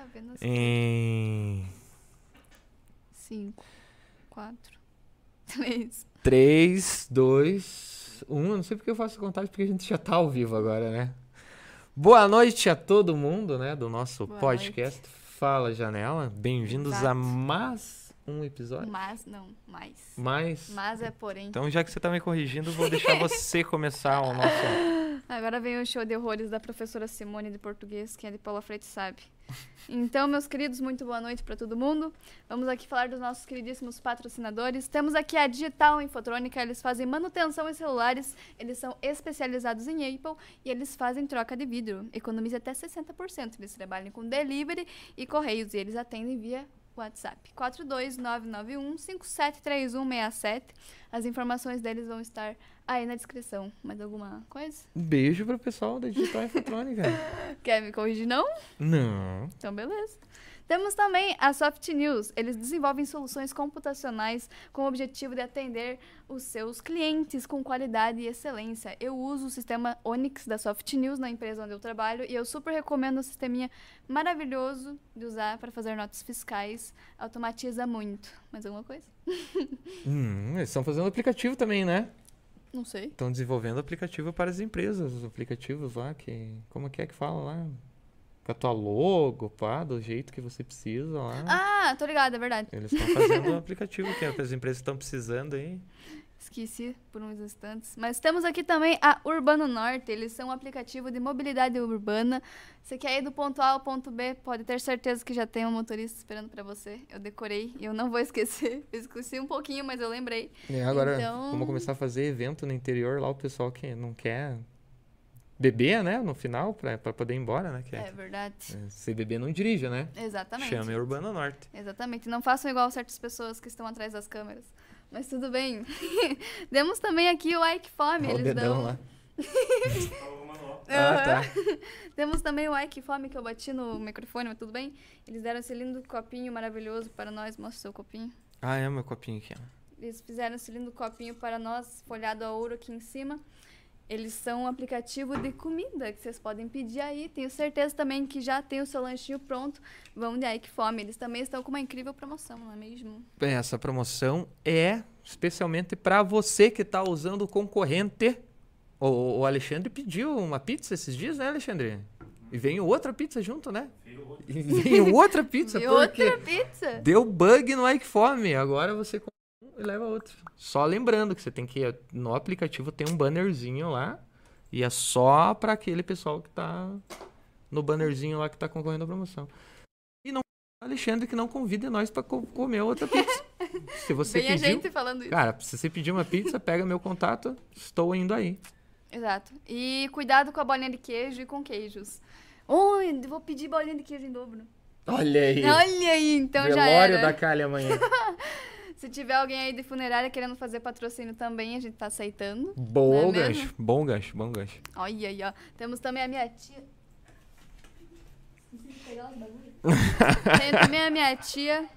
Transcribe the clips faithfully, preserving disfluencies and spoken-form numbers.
apenas em... cinco, quatro, três. três, dois, um. Eu não sei porque eu faço contagem, porque a gente já tá ao vivo agora, né? Boa noite a todo mundo, né? Do nosso Boa podcast noite. Fala Janela. Bem-vindos Exato. a mais um episódio. Mas, não, mais. Mais. Mas é porém. Então, já que você tá me corrigindo, eu vou deixar você começar o nosso... Agora vem o show de horrores da professora Simone de português, que é de Paula Freire sabe. Então, meus queridos, muito boa noite para todo mundo. Vamos aqui falar dos nossos queridíssimos patrocinadores. Temos aqui a Digital Infotrônica, eles fazem manutenção em celulares, eles são especializados em Apple e eles fazem troca de vidro. Economiza até sessenta por cento. Eles trabalham com delivery e correios e eles atendem via WhatsApp. quatro dois nove nove um, cinco sete três um seis sete. As informações deles vão estar aí na descrição. Mais alguma coisa? Um beijo pro pessoal da Digital Infotrônica. Quer me corrigir, não? Não. Então, beleza. Temos também a Soft News. Eles desenvolvem soluções computacionais com o objetivo de atender os seus clientes com qualidade e excelência. Eu uso o sistema Onyx da Soft News na empresa onde eu trabalho e eu super recomendo o sisteminha maravilhoso de usar para fazer notas fiscais. Automatiza muito. Mais alguma coisa? Hum, eles estão fazendo aplicativo também, né? Não sei. Estão desenvolvendo aplicativo para as empresas, os aplicativos lá que... Como que é que fala lá? Com a tua logo, pá, do jeito que você precisa lá. Ah, tô ligada, é verdade. Eles estão fazendo um aplicativo que as empresas estão precisando aí. Esqueci por uns instantes. Mas temos aqui também a Urbano Norte. Eles são um aplicativo de mobilidade urbana. Você quer ir do ponto A ao ponto B, pode ter certeza que já tem um motorista esperando pra você. Eu decorei e eu não vou esquecer. Eu esqueci um pouquinho, mas eu lembrei. E agora, Então... vamos começar a fazer evento no interior lá, o pessoal que não quer beber, né, no final, pra, pra poder ir embora, né? Que É verdade. é, se beber não dirija, né? Exatamente. Chame a Urbano Norte. Exatamente. Não façam igual certas pessoas que estão atrás das câmeras. Mas tudo bem. Temos também aqui o Ike Fome. Olha o Eles dedão dão... lá. Ah, tá. Temos também o Ike Fome, que eu bati no microfone, mas tudo bem. Eles deram esse lindo copinho maravilhoso para nós. Mostra o seu copinho. Ah, é o meu copinho aqui, ó. Eles fizeram esse lindo copinho para nós, folhado a ouro aqui em cima. Eles são um aplicativo de comida que vocês podem pedir aí. Tenho certeza também que já tem o seu lanchinho pronto. Vão de Ike Fome. Eles também estão com uma incrível promoção, não é mesmo? Essa promoção é especialmente para você que está usando o concorrente. O, o Alexandre pediu uma pizza esses dias, né, Alexandre? E veio outra pizza junto, né? E veio outra pizza, E porque outra pizza? deu bug no Ike Fome. Agora você compra um e leva outro. Só lembrando que você tem que ir no aplicativo, tem um bannerzinho lá. E é só para aquele pessoal que tá no bannerzinho lá que tá concorrendo à promoção. E não Alexandre que não convide nós para co- comer outra pizza. Se você Vem a pediu, gente falando isso. cara, se você pedir uma pizza, pega meu contato, estou indo aí. Exato. E cuidado com a bolinha de queijo e com queijos. Oi, vou pedir bolinha de queijo em dobro. Olha aí. Olha aí, então já Velório era. da Calha amanhã. Se tiver alguém aí de funerária querendo fazer patrocínio também, a gente tá aceitando. Bom Não é gancho, mesmo? bom gancho, bom gancho. Olha aí, ó. Temos também a minha tia. Preciso pegar os bagulhos. Tem também a minha tia.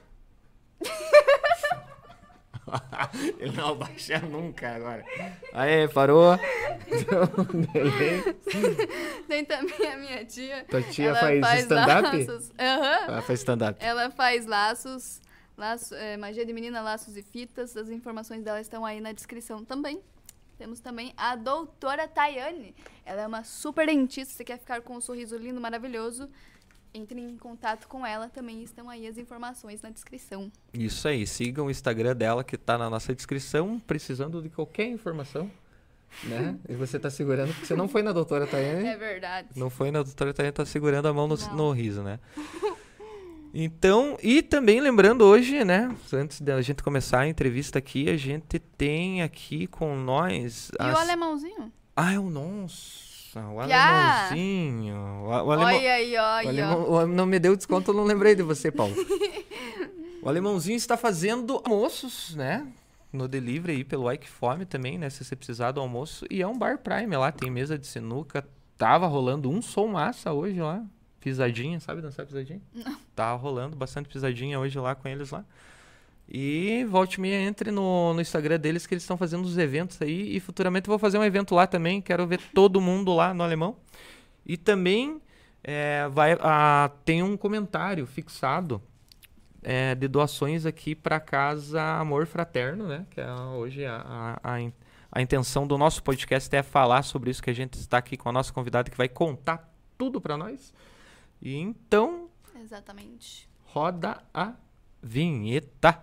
Ele não abaixa nunca agora. Aê, parou. Beleza. Tem também a minha tia. Tua tia Ela faz stand-up? laços. Aham. Ela faz stand-up. Ela faz laços, laço, é, magia de menina, laços e fitas. As informações dela estão aí na descrição também. Temos também a doutora Tayane. Ela é uma super dentista. Você quer ficar com um sorriso lindo, maravilhoso? Entre em contato com ela. Também estão aí as informações na descrição. Isso aí, sigam o Instagram dela que tá na nossa descrição, precisando de qualquer informação, né? E você tá segurando, porque você não foi na doutora Tayane. É verdade. Não foi na doutora Tayane, tá segurando a mão no, Não. no riso, né? Então, e também lembrando hoje, né? Antes da gente começar a entrevista aqui, a gente tem aqui com nós... E o alemãozinho? Ah, é o nosso... O Piá! alemãozinho. O, o alemão... Olha aí, O olha. alemão... o- Não me deu desconto, eu não lembrei de você, Paulo. O alemãozinho está fazendo almoços, né? No delivery aí pelo Ike Fome também, né? Se você precisar do almoço. E é um bar prime lá, tem mesa de sinuca. Tava rolando um som massa hoje lá. Pisadinha, sabe dançar pisadinha? Não. Tava rolando bastante pisadinha hoje lá com eles lá. E volte e meia, entre no, no Instagram deles que eles estão fazendo os eventos aí. E futuramente eu vou fazer um evento lá também. Quero ver todo mundo lá no Alemão. E também é, vai, a, tem um comentário fixado é, de doações aqui para Casa Amor Fraterno, né? Que é hoje a, a, a, a intenção do nosso podcast é falar sobre isso, que a gente está aqui com a nossa convidada que vai contar tudo para nós. E então... Exatamente. Roda a vinheta.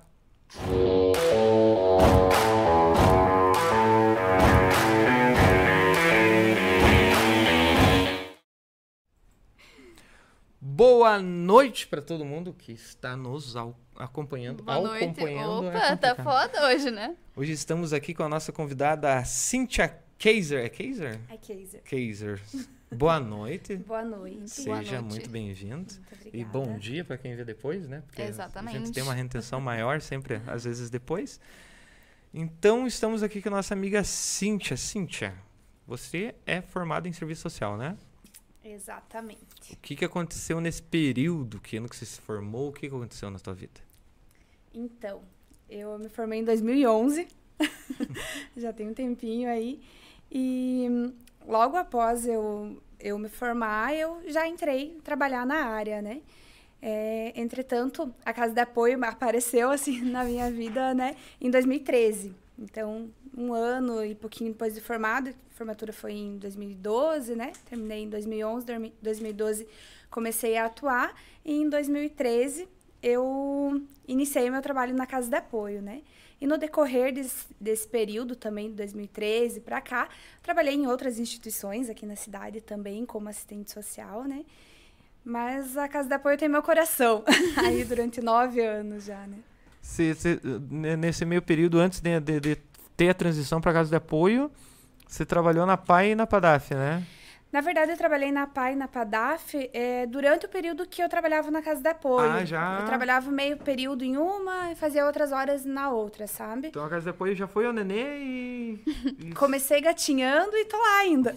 Boa noite para todo mundo que está nos ao, acompanhando. Boa noite. Acompanhando, Opa, é tá foda hoje, né? Hoje estamos aqui com a nossa convidada Cíntia Kaiser. É Kaiser? É Kaiser. Kaiser. Boa noite. Boa noite. Seja Boa noite. muito bem-vindo. Muito obrigada. E bom dia para quem vê depois, né? Porque Exatamente. a gente tem uma retenção maior sempre, às vezes, depois. Então, estamos aqui com a nossa amiga Cíntia. Cíntia, você é formada em serviço social, né? Exatamente. O que, que aconteceu nesse período, que ano que você se formou? O que, que aconteceu na sua vida? Então, eu me formei em dois mil e onze. Já tem um tempinho aí. E logo após eu, eu me formar, eu já entrei trabalhar na área, né? É, entretanto, a Casa de Apoio apareceu, assim, na minha vida, né? Em dois mil e treze. Então, um ano e pouquinho depois de formado, a formatura foi em dois mil e doze, né? Terminei em dois mil e onze, dois mil e doze comecei a atuar e em dois mil e treze eu iniciei meu trabalho na Casa de Apoio, né? E no decorrer desse, desse período também, de dois mil e treze para cá, trabalhei em outras instituições aqui na cidade também, como assistente social, né? Mas a Casa de Apoio tem meu coração, aí durante nove anos já, né? Cê, cê, nesse meio período, antes de, de, de ter a transição para a Casa de Apoio, você trabalhou na P A I e na PADAF, né? Na verdade, eu trabalhei na P A I e na PADAF é, durante o período que eu trabalhava na Casa de Apoio. Ah, já? Eu trabalhava meio período em uma e fazia outras horas na outra, sabe? Então a Casa de Apoio já foi ao nenê e... e... Comecei gatinhando e tô lá ainda.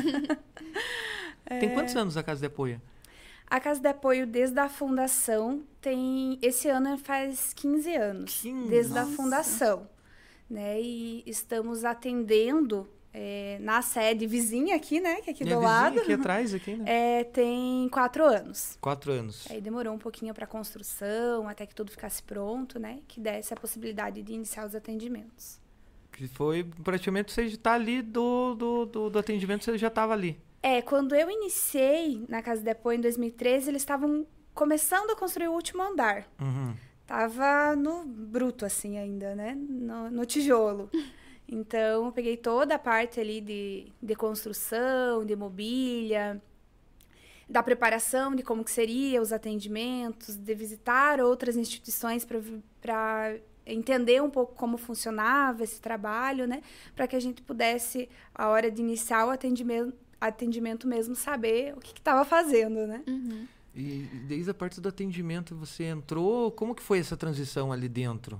Tem quantos anos a Casa de Apoio? A Casa de Apoio, desde a fundação, tem... Esse ano faz quinze anos. quinze? Desde Nossa. a fundação. Né? E estamos atendendo é, na sede vizinha aqui, né? Que é aqui Minha do vizinha lado. aqui atrás, aqui, né? É, tem quatro anos. Quatro anos. Aí demorou um pouquinho para a construção, até que tudo ficasse pronto, né? Que desse a possibilidade de iniciar os atendimentos. Que foi praticamente você estar ali do, do, do, do atendimento, você já estava ali. É, quando eu iniciei na Casa de Apoio em dois mil e treze, eles estavam começando a construir o último andar. Uhum. Tava no bruto, assim, ainda, né? No, no tijolo. Então, eu peguei toda a parte ali de, de construção, de mobília, da preparação de como que seria os atendimentos, de visitar outras instituições para entender um pouco como funcionava esse trabalho, né? Para que a gente pudesse, a hora de iniciar o atendimento, atendimento mesmo, saber o que estava fazendo, né? Uhum. E desde a parte do atendimento você entrou, como que foi essa transição ali dentro?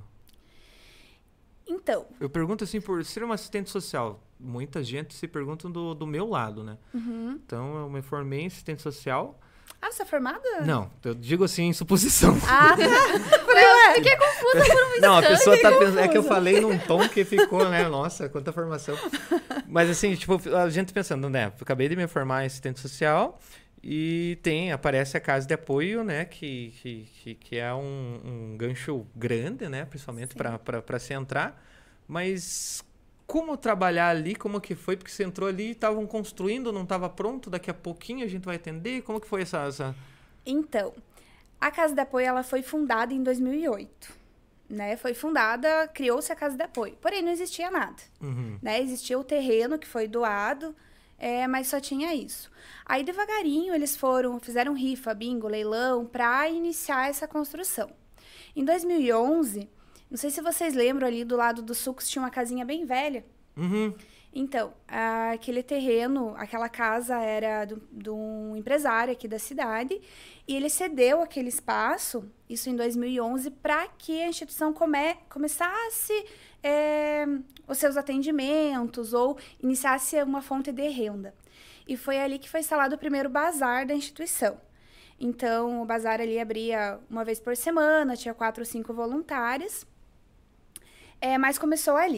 Então... Eu pergunto assim, por ser uma assistente social, muita gente se pergunta do, do meu lado, né? Uhum. Então, eu me formei em assistente social. Ah, você é formada? Não, eu digo assim, em suposição. Ah, tá. Eu fiquei confusa por um Não, a instante. pessoa tá pensando, é que eu falei num tom que ficou, né? Nossa, quanta formação. Mas assim, tipo, a gente pensando, né? Eu acabei de me formar em assistente social e tem, aparece a Casa de Apoio, né? Que, que, que, que é um, um gancho grande, né? Principalmente para se entrar. Mas como trabalhar ali, como que foi? Porque você entrou ali, estavam construindo, não estava pronto, daqui a pouquinho a gente vai atender. Como que foi essa... essa... Então, a Casa de Apoio ela foi fundada em dois mil e oito. Né? Foi fundada, criou-se a Casa de Apoio. Porém, não existia nada. Uhum. Né? Existia o terreno que foi doado, é, mas só tinha isso. Aí, devagarinho, eles foram, fizeram rifa, bingo, leilão, para iniciar essa construção. Em dois mil e onze, não sei se vocês lembram, ali do lado do Sucos tinha uma casinha bem velha. Uhum. Então, aquele terreno, aquela casa era de um empresário aqui da cidade e ele cedeu aquele espaço, isso em dois mil e onze, para que a instituição come, começasse é, os seus atendimentos ou iniciasse uma fonte de renda. E foi ali que foi instalado o primeiro bazar da instituição. Então, o bazar ali abria uma vez por semana, tinha quatro ou cinco voluntários, é, mas começou ali.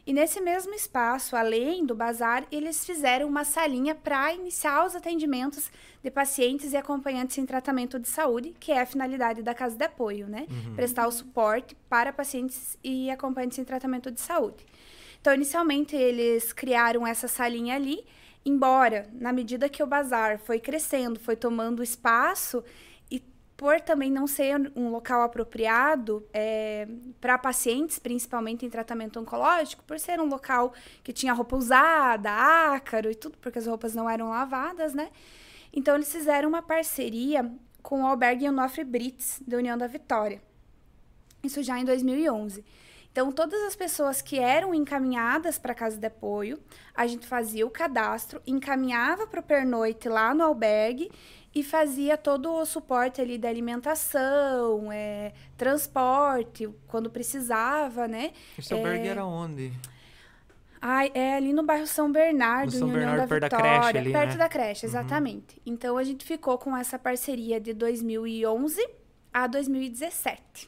E nesse mesmo espaço, além do bazar, eles fizeram uma salinha para iniciar os atendimentos de pacientes e acompanhantes em tratamento de saúde, que é a finalidade da Casa de Apoio, né? Uhum. Prestar o suporte para pacientes e acompanhantes em tratamento de saúde. Então, inicialmente, eles criaram essa salinha ali, embora, na medida que o bazar foi crescendo, foi tomando espaço, por também não ser um local apropriado é, para pacientes, principalmente em tratamento oncológico, por ser um local que tinha roupa usada, ácaro e tudo, porque as roupas não eram lavadas, né? Então, eles fizeram uma parceria com o albergue Onofre Brits, da União da Vitória. Isso já em dois mil e onze. Então, todas as pessoas que eram encaminhadas para a Casa de Apoio, a gente fazia o cadastro, encaminhava para o pernoite lá no albergue e fazia todo o suporte ali da alimentação, é, transporte, quando precisava, né? Esse é... albergue era onde? Ah, é ali no bairro São Bernardo, no São em União Bernardo, da perto Vitória. Da creche ali, perto né? da creche, exatamente. Uhum. Então, a gente ficou com essa parceria de dois mil e onze a dois mil e dezessete.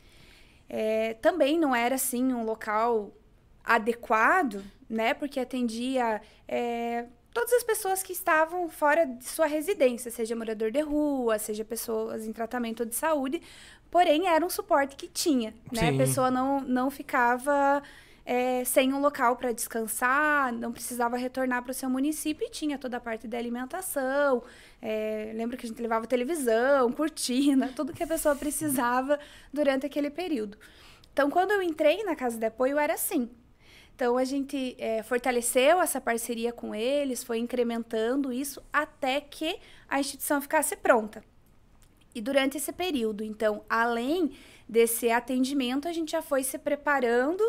É, também não era, assim, um local adequado, né? Porque atendia... É, todas as pessoas que estavam fora de sua residência, seja morador de rua, seja pessoas em tratamento de saúde, porém era um suporte que tinha, né? Sim. A pessoa não, não ficava é, sem um local para descansar, não precisava retornar para o seu município e tinha toda a parte da alimentação, é, lembro que a gente levava televisão, cortina, tudo que a pessoa precisava durante aquele período. Então, quando eu entrei na Casa de Apoio, era assim. Então, a gente é, fortaleceu essa parceria com eles, foi incrementando isso até que a instituição ficasse pronta. E durante esse período, então, além desse atendimento, a gente já foi se preparando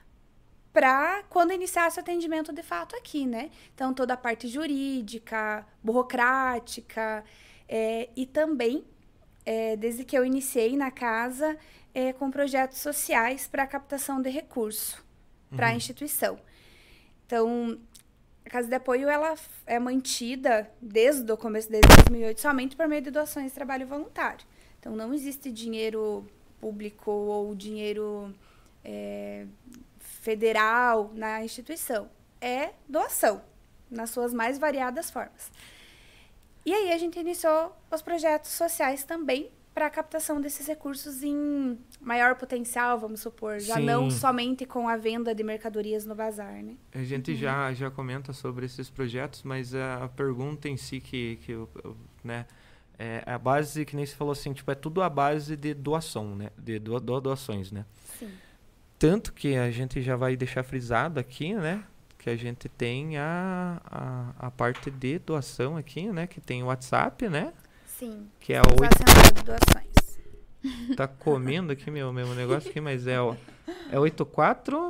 para quando iniciasse o atendimento de fato aqui, né? Então, toda a parte jurídica, burocrática, é, e também, é, desde que eu iniciei na casa, é, com projetos sociais para captação de recurso para a uhum. instituição. Então, a Casa de Apoio ela é mantida desde o começo, desde dois mil e oito, somente por meio de doações de trabalho voluntário. Então, não existe dinheiro público ou dinheiro é, federal na instituição. É doação, nas suas mais variadas formas. E aí, a gente iniciou os projetos sociais também para a captação desses recursos em maior potencial, vamos supor, já Sim. não somente com a venda de mercadorias no bazar, né? A gente uhum. já, já comenta sobre esses projetos, mas a, a pergunta em si que, que eu, eu, né, é a base, que nem você falou assim, tipo, é tudo a base de doação, né, de do, do, doações, né? Sim. Tanto que a gente já vai deixar frisado aqui, né, que a gente tem a, a, a parte de doação aqui, né, que tem o WhatsApp, né? Sim, que é o oito... doações. Tá comendo aqui meu, meu negócio aqui, mas é o é oito quatro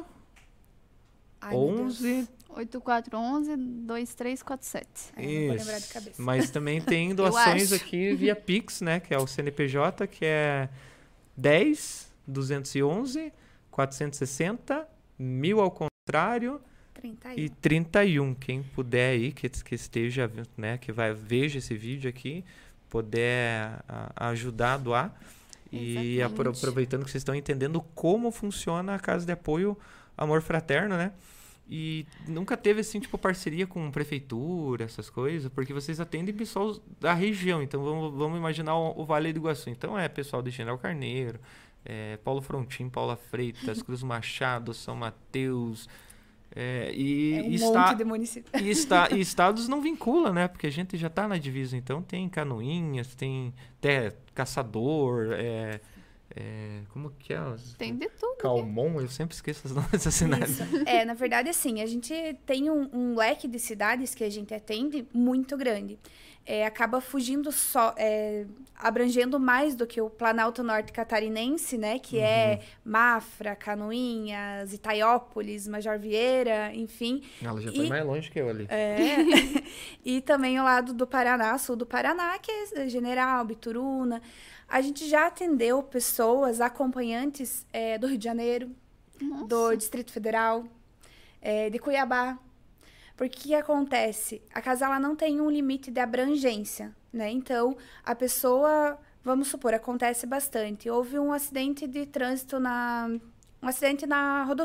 onze oito quatro um um dois três quatro sete. É, não vou lembrar de cabeça. Mas também tem doações aqui via Pix, né, que é o C N P J, que é dez, duzentos e onze, quatrocentos e sessenta, mil ao contrário trinta e um. E trinta e um. Quem puder aí, que, que esteja, né, que vai veja esse vídeo aqui, puder a, ajudar a doar. E apro aproveitando que vocês estão entendendo como funciona a Casa de Apoio Amor Fraterno, né? E nunca teve, assim, tipo, parceria com prefeitura, essas coisas, porque vocês atendem pessoal da região. Então, vamos, vamos imaginar o, o Vale do Iguaçu. Então, é pessoal de General Carneiro, é, Paulo Frontin, Paula Freitas, Cruz Machado, São Mateus... É, e, é um e, monte está, de municípios. E, está, e estados não vincula, né? Porque a gente já está na divisa. Então, tem Canoinhas, tem até Caçador, é, é, como que é? Tem de tudo. Calmon, eu sempre esqueço os nomes dessas cidades. É, na verdade, assim, a gente tem um, um leque de cidades que a gente atende muito grande. É, acaba fugindo só, é, abrangendo mais do que o Planalto Norte Catarinense, né? Que uhum. é Mafra, Canoinhas, Itaiópolis, Major Vieira, enfim. Ela já e, foi mais longe que eu ali. É, e também o lado do Paraná, sul do Paraná, que é General, Bituruna. A gente já atendeu pessoas, acompanhantes é, do Rio de Janeiro, Nossa. do Distrito Federal, é, de Cuiabá. Porque o que acontece? A casa ela não tem um limite de abrangência, né? Então, a pessoa, vamos supor, acontece bastante. Houve um acidente de trânsito, na, um acidente na rodovia.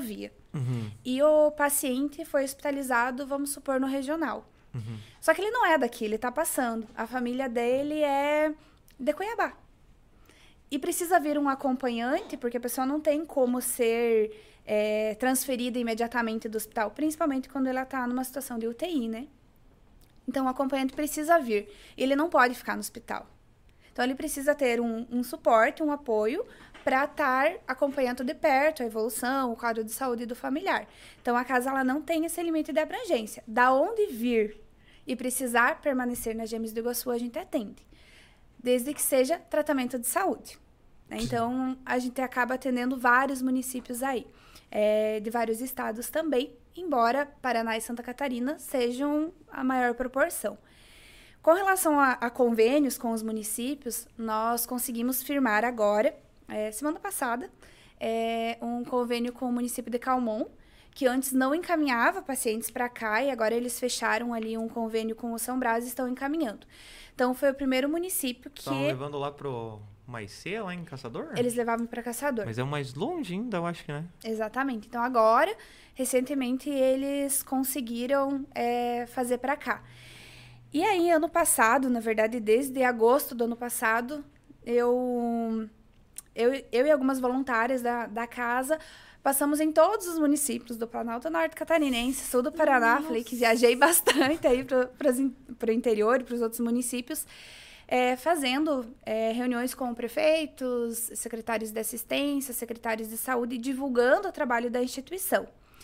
Uhum. E o paciente foi hospitalizado, vamos supor, no regional. Uhum. Só que ele não é daqui, ele tá passando. A família dele é de Cuiabá. E precisa vir um acompanhante, porque a pessoa não tem como ser é, transferida imediatamente do hospital, principalmente quando ela tá numa situação de U T I, né? Então, o acompanhante precisa vir. Ele não pode ficar no hospital. Então, ele precisa ter um, um suporte, um apoio, para estar acompanhando de perto a evolução, o quadro de saúde do familiar. Então, a casa ela não tem esse limite de abrangência. Da onde vir e precisar permanecer na Gêmeos do Iguaçu, a gente atende. Desde que seja tratamento de saúde. Né? Então, a gente acaba atendendo vários municípios aí, é, de vários estados também, embora Paraná e Santa Catarina sejam a maior proporção. Com relação a, a convênios com os municípios, nós conseguimos firmar agora, é, semana passada, é, um convênio com o município de Calmon, que antes não encaminhava pacientes para cá, e agora eles fecharam ali um convênio com o São Brás e estão encaminhando. Então, foi o primeiro município que... Estão levando lá pro Maicê, lá em Caçador? Eles levavam para Caçador. Mas é o mais longe ainda, eu acho que, né? Exatamente. Então, agora, recentemente, eles conseguiram é, fazer para cá. E aí, ano passado, na verdade, desde agosto do ano passado, eu, eu, eu e algumas voluntárias da, da casa passamos em todos os municípios do Planalto Norte Catarinense, sul do Paraná. Nossa. Falei que viajei bastante aí para o interior e para os outros municípios, é, fazendo é, reuniões com prefeitos, secretários de assistência, secretários de saúde, divulgando o trabalho da instituição.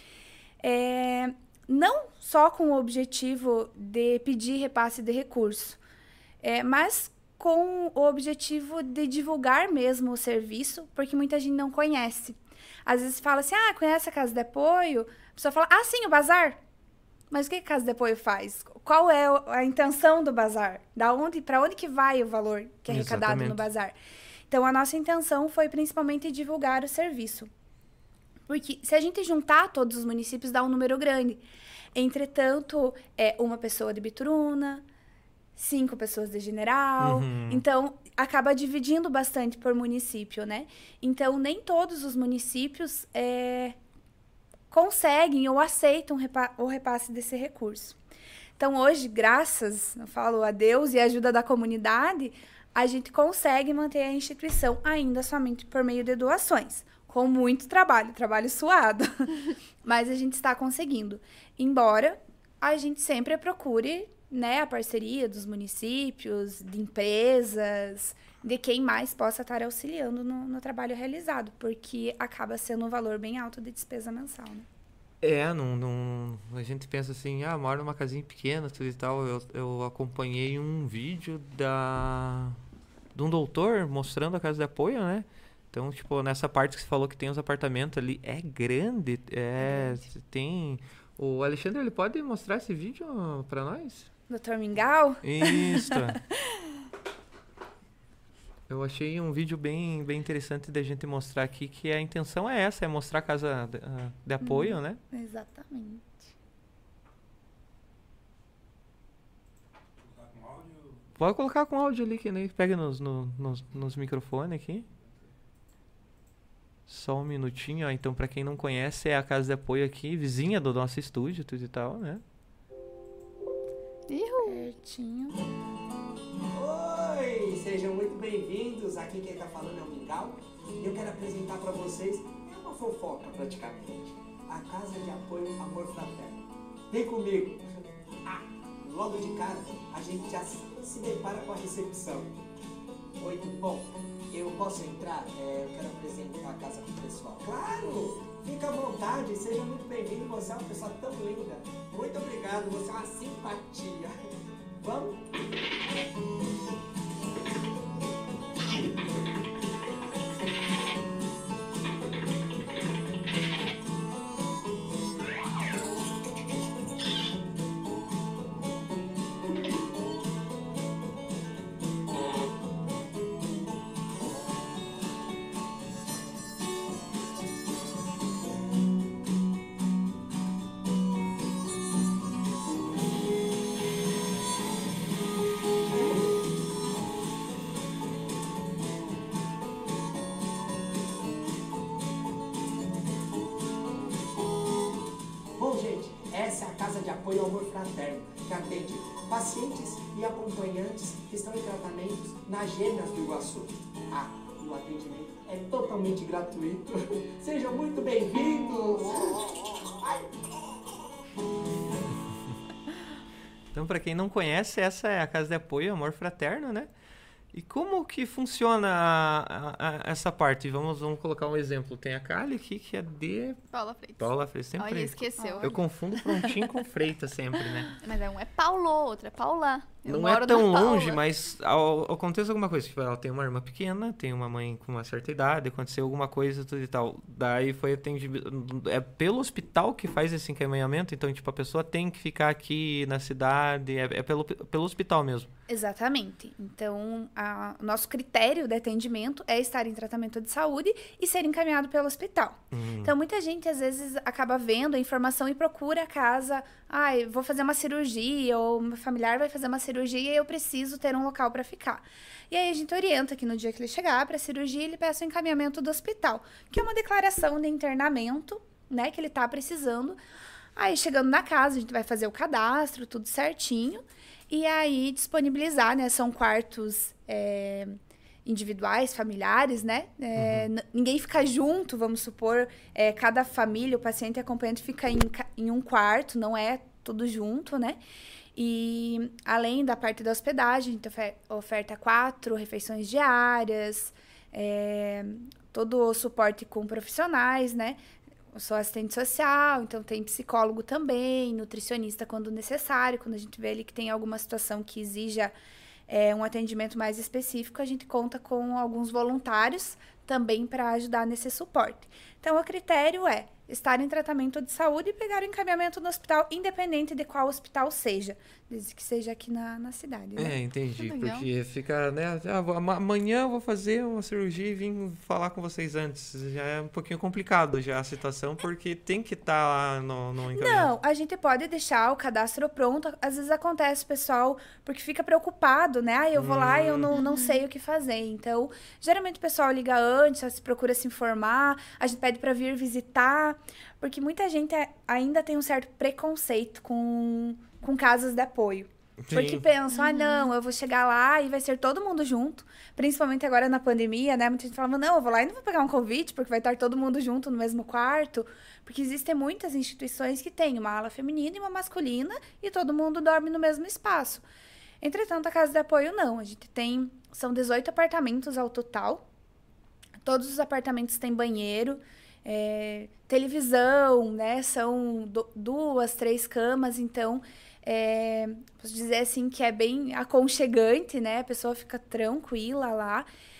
É, não só com o objetivo de pedir repasse de recurso, é, mas com o objetivo de divulgar mesmo o serviço, porque muita gente não conhece. Às vezes fala assim, ah, conhece a Casa de Apoio? A pessoa fala, ah, sim, o bazar. Mas o que a Casa de Apoio faz? Qual é a intenção do bazar? Da onde, para onde que vai o valor que é arrecadado Exatamente. No bazar? Então, a nossa intenção foi principalmente divulgar o serviço. Porque se a gente juntar todos os municípios, dá um número grande. Entretanto, é uma pessoa de Bituruna, cinco pessoas de General. Uhum. Então, acaba dividindo bastante por município, né? Então, nem todos os municípios é, conseguem ou aceitam repa- o repasse desse recurso. Então, hoje, graças, eu falo, a Deus e a ajuda da comunidade, a gente consegue manter a instituição ainda somente por meio de doações. Com muito trabalho, trabalho suado. Mas a gente está conseguindo. Embora a gente sempre procure, né, a parceria dos municípios, de empresas, de quem mais possa estar auxiliando no, no trabalho realizado, porque acaba sendo um valor bem alto de despesa mensal, né? É, não, não, a gente pensa assim, ah, moro numa casinha pequena, tudo e tal. Eu, eu acompanhei um vídeo da, de um doutor mostrando a Casa de Apoio, né? Então, tipo, nessa parte que você falou que tem os apartamentos ali, é grande, é, é grande. Tem... O Alexandre, ele pode mostrar esse vídeo pra nós? doutor Mingau? Isso. Eu achei um vídeo bem, bem interessante da gente mostrar aqui, que a intenção é essa, é mostrar a casa de, de apoio, hum, né? Exatamente. Pode colocar com áudio ali, que nem pega nos, no, nos, nos microfones aqui. Só um minutinho, ó. Então, pra quem não conhece, é a casa de apoio aqui, vizinha do nosso estúdio, tudo e tal, né? Pertinho. Oi, sejam muito bem-vindos. Aqui quem tá falando é o Mingau. E eu quero apresentar pra vocês, é uma fofoca praticamente, a Casa de Apoio Amor Fraterno. Vem comigo. Ah, logo de cara, a gente já se, se depara com a recepção. Oi, tudo bom? Eu posso entrar? É, eu quero apresentar a casa pro pessoal. Claro! Fica à vontade, seja muito bem-vindo. Você é uma pessoa tão linda. Muito obrigado, você é uma simpatia. Vamos? Apoio ao Amor Fraterno, que atende pacientes e acompanhantes que estão em tratamentos nas Gêmeas do Iguaçu. Ah, e o atendimento é totalmente gratuito. Sejam muito bem-vindos! Então, para quem não conhece, essa é a Casa de Apoio Amor Fraterno, né? E como que funciona a, a, a, essa parte? Vamos, vamos colocar um exemplo. Tem a Kali aqui, que é de... Paula Freitas. Paula Freitas. Sempre... Olha, esqueceu. Eu confundo Prontinho com Freitas sempre, né? Mas um é Paulo, outro é Paula. Eu não moro é tão na longe, Paula. mas ao, acontece alguma coisa. Tipo, ela tem uma irmã pequena, tem uma mãe com uma certa idade, aconteceu alguma coisa tudo e tal. Daí foi atendido... É pelo hospital que faz esse encaminhamento? Então, tipo, a pessoa tem que ficar aqui na cidade, é, é pelo, pelo hospital mesmo? Exatamente. Então, a, o nosso critério de atendimento é estar em tratamento de saúde e ser encaminhado pelo hospital. Hum. Então, muita gente, às vezes, acaba vendo a informação e procura a casa. Ah, eu vou fazer uma cirurgia, ou meu familiar vai fazer uma cirurgia e eu preciso ter um local para ficar. E aí, a gente orienta que no dia que ele chegar para a cirurgia, ele peça o encaminhamento do hospital, que é uma declaração de internamento, né, que ele está precisando. Aí, chegando na casa, a gente vai fazer o cadastro, tudo certinho. E aí, disponibilizar, né? São quartos é, individuais, familiares, né? É, uhum. Ninguém fica junto, vamos supor. É, cada família, o paciente e acompanhante fica em, em um quarto, não é tudo junto, né? E além da parte da hospedagem, a gente oferta quatro refeições diárias, é, todo o suporte com profissionais, né? Eu sou assistente social, então tem psicólogo também, nutricionista quando necessário. Quando a gente vê ali que tem alguma situação que exija é, um atendimento mais específico, a gente conta com alguns voluntários também para ajudar nesse suporte. Então, o critério é estar em tratamento de saúde e pegar o encaminhamento no hospital, independente de qual hospital seja, desde que seja aqui na, na cidade. Né? É, entendi. Legal. Porque fica, né? Ah, vou, amanhã eu vou fazer uma cirurgia e vim falar com vocês antes. Já é um pouquinho complicado já a situação, porque tem que estar tá lá no, no encaminhamento. Não, a gente pode deixar o cadastro pronto. Às vezes acontece, pessoal, porque fica preocupado, né? Ah, eu vou hum. lá e eu não, não sei o que fazer. Então, geralmente o pessoal liga antes, se procura se informar, a gente pede para vir visitar, porque muita gente ainda tem um certo preconceito com, com casas de apoio. Sim. Porque pensam, ah, não, eu vou chegar lá e vai ser todo mundo junto. Principalmente agora na pandemia, né? Muita gente falava, não, eu vou lá e não vou pegar um convite, porque vai estar todo mundo junto no mesmo quarto. Porque existem muitas instituições que têm uma ala feminina e uma masculina e todo mundo dorme no mesmo espaço. Entretanto, a casa de apoio não. A gente tem, são dezoito apartamentos ao total. Todos os apartamentos têm banheiro, é, televisão, né? São do, duas, três camas, então... É, posso dizer assim que é bem aconchegante, né? A pessoa fica tranquila lá.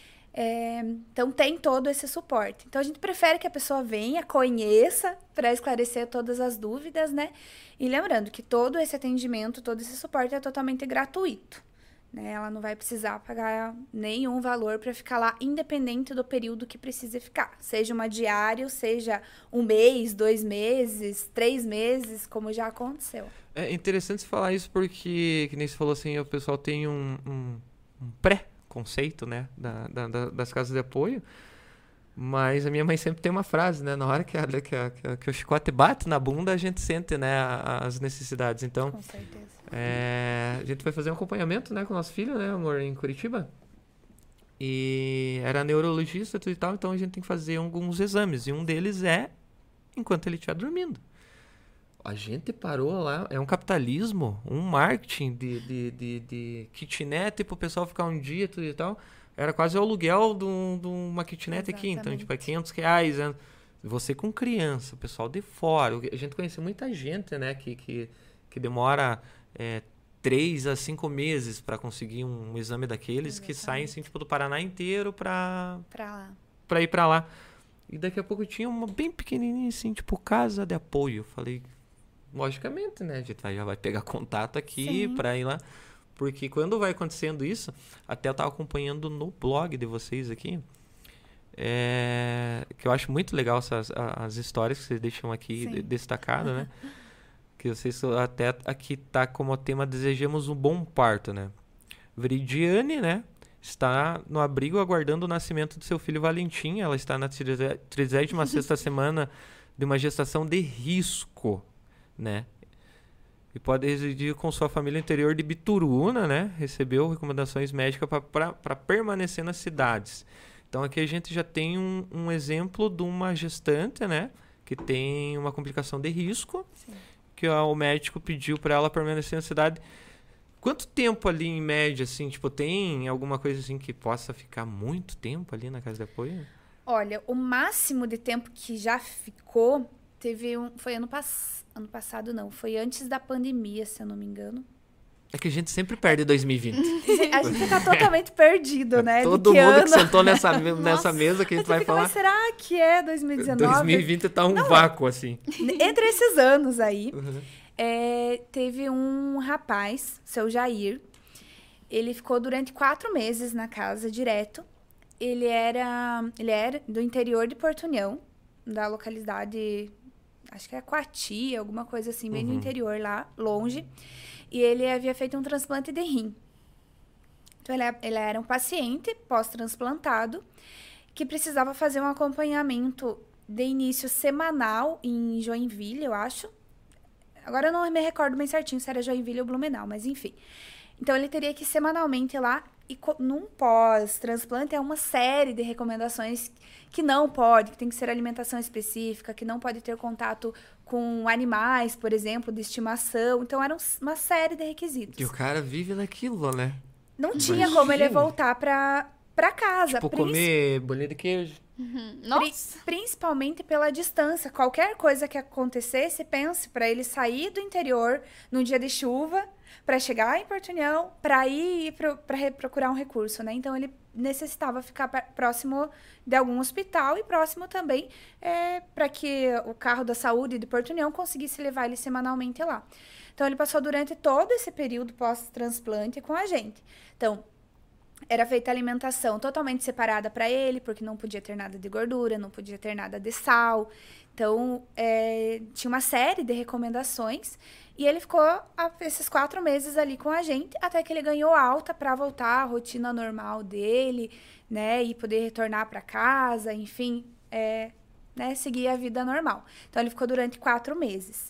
É, então, tem todo esse suporte. Então, a gente prefere que a pessoa venha, conheça, para esclarecer todas as dúvidas, né? E lembrando que todo esse atendimento, todo esse suporte é totalmente gratuito. Né? Ela não vai precisar pagar nenhum valor para ficar lá, independente do período que precise ficar. Seja uma diária, seja um mês, dois meses, três meses, como já aconteceu. É interessante você falar isso porque, que nem você falou assim, o pessoal tem um, um, um pré-conceito, né, da, da, das casas de apoio, mas a minha mãe sempre tem uma frase, né, na hora que, a, que, a, que o chicote bate na bunda, a gente sente, né, as necessidades. Então, com certeza. É, a gente vai fazer um acompanhamento, né, com o nosso filho, né, amor, em Curitiba, e era neurologista e tal, então a gente tem que fazer alguns exames, e um deles é enquanto ele estiver dormindo. A gente parou lá, é um capitalismo, um marketing de, de, de, de kitnet pro pessoal ficar um dia tudo e tal. Era quase o aluguel de, um, de uma kitnet. Exatamente. Aqui, então, tipo, é quinhentos reais. Né? Você com criança, o pessoal de fora. A gente conhece muita gente, né, que, que, que demora é, três a cinco meses para conseguir um, um exame daqueles. Exatamente. Que saem, assim, tipo, do Paraná inteiro pra, pra, lá. pra ir pra lá. E daqui a pouco tinha uma bem pequenininha, assim, tipo, casa de apoio. Eu falei... Logicamente, né? A gente vai, já vai pegar contato aqui para ir lá. Porque quando vai acontecendo isso, até eu tava acompanhando no blog de vocês aqui, é, que eu acho muito legal essas, as histórias que vocês deixam aqui de, destacadas, né? Que vocês até aqui tá como tema Desejamos um Bom Parto, né? Veridiane, né? Está no abrigo aguardando o nascimento do seu filho Valentim. Ela está na trigésima sexta semana de uma gestação de risco. Né? e pode residir com sua família no interior de Bituruna, né? Recebeu recomendações médicas para permanecer nas cidades. Então aqui a gente já tem um, um exemplo de uma gestante, né? Que tem uma complicação de risco, Sim. que ó, o médico pediu para ela permanecer na cidade. Quanto tempo ali em média, assim, tipo, tem alguma coisa assim que possa ficar muito tempo ali na casa de apoio? Olha, o máximo de tempo que já ficou teve um, foi ano, pass, ano passado, não, foi antes da pandemia, se eu não me engano. É que a gente sempre perde dois mil e vinte. A gente tá totalmente perdido, né? Todo que mundo ano... que sentou nessa, nessa mesa que a gente vai fica, falar. Mas será que é dois mil e dezenove? dois mil e vinte tá um não, vácuo, assim. Entre esses anos aí, uhum. é, teve um rapaz, seu Jair, ele ficou durante quatro meses na casa direto. Ele era, ele era do interior de Porto União, da localidade, acho que é Coati, alguma coisa assim, bem uhum. no interior lá, longe. E ele havia feito um transplante de rim. Então, ele, ele era um paciente pós-transplantado que precisava fazer um acompanhamento de início semanal em Joinville, eu acho. Agora eu não me recordo bem certinho se era Joinville ou Blumenau, mas enfim. Então, ele teria que ir semanalmente lá. E num pós-transplante é uma série de recomendações que não pode, que tem que ser alimentação específica, que não pode ter contato com animais, por exemplo, de estimação. Então, era uma série de requisitos. E o cara vive naquilo, né? Não Imagina. tinha como ele voltar pra, pra casa. Tipo, Princi... comer bolinha de queijo. Uhum. Nossa! Principalmente pela distância. Qualquer coisa que acontecesse, pense para ele sair do interior num dia de chuva, para chegar em Porto União, para ir para procurar um recurso, né? Então, ele necessitava ficar próximo de algum hospital e próximo também é, para que o carro da saúde de Porto União conseguisse levar ele semanalmente lá. Então, ele passou durante todo esse período pós-transplante com a gente. Então, era feita alimentação totalmente separada para ele, porque não podia ter nada de gordura, não podia ter nada de sal. Então, é, tinha uma série de recomendações. E ele ficou a, esses quatro meses ali com a gente, até que ele ganhou alta para voltar à rotina normal dele, né? E poder retornar para casa, enfim, é, né, seguir a vida normal. Então, ele ficou durante quatro meses.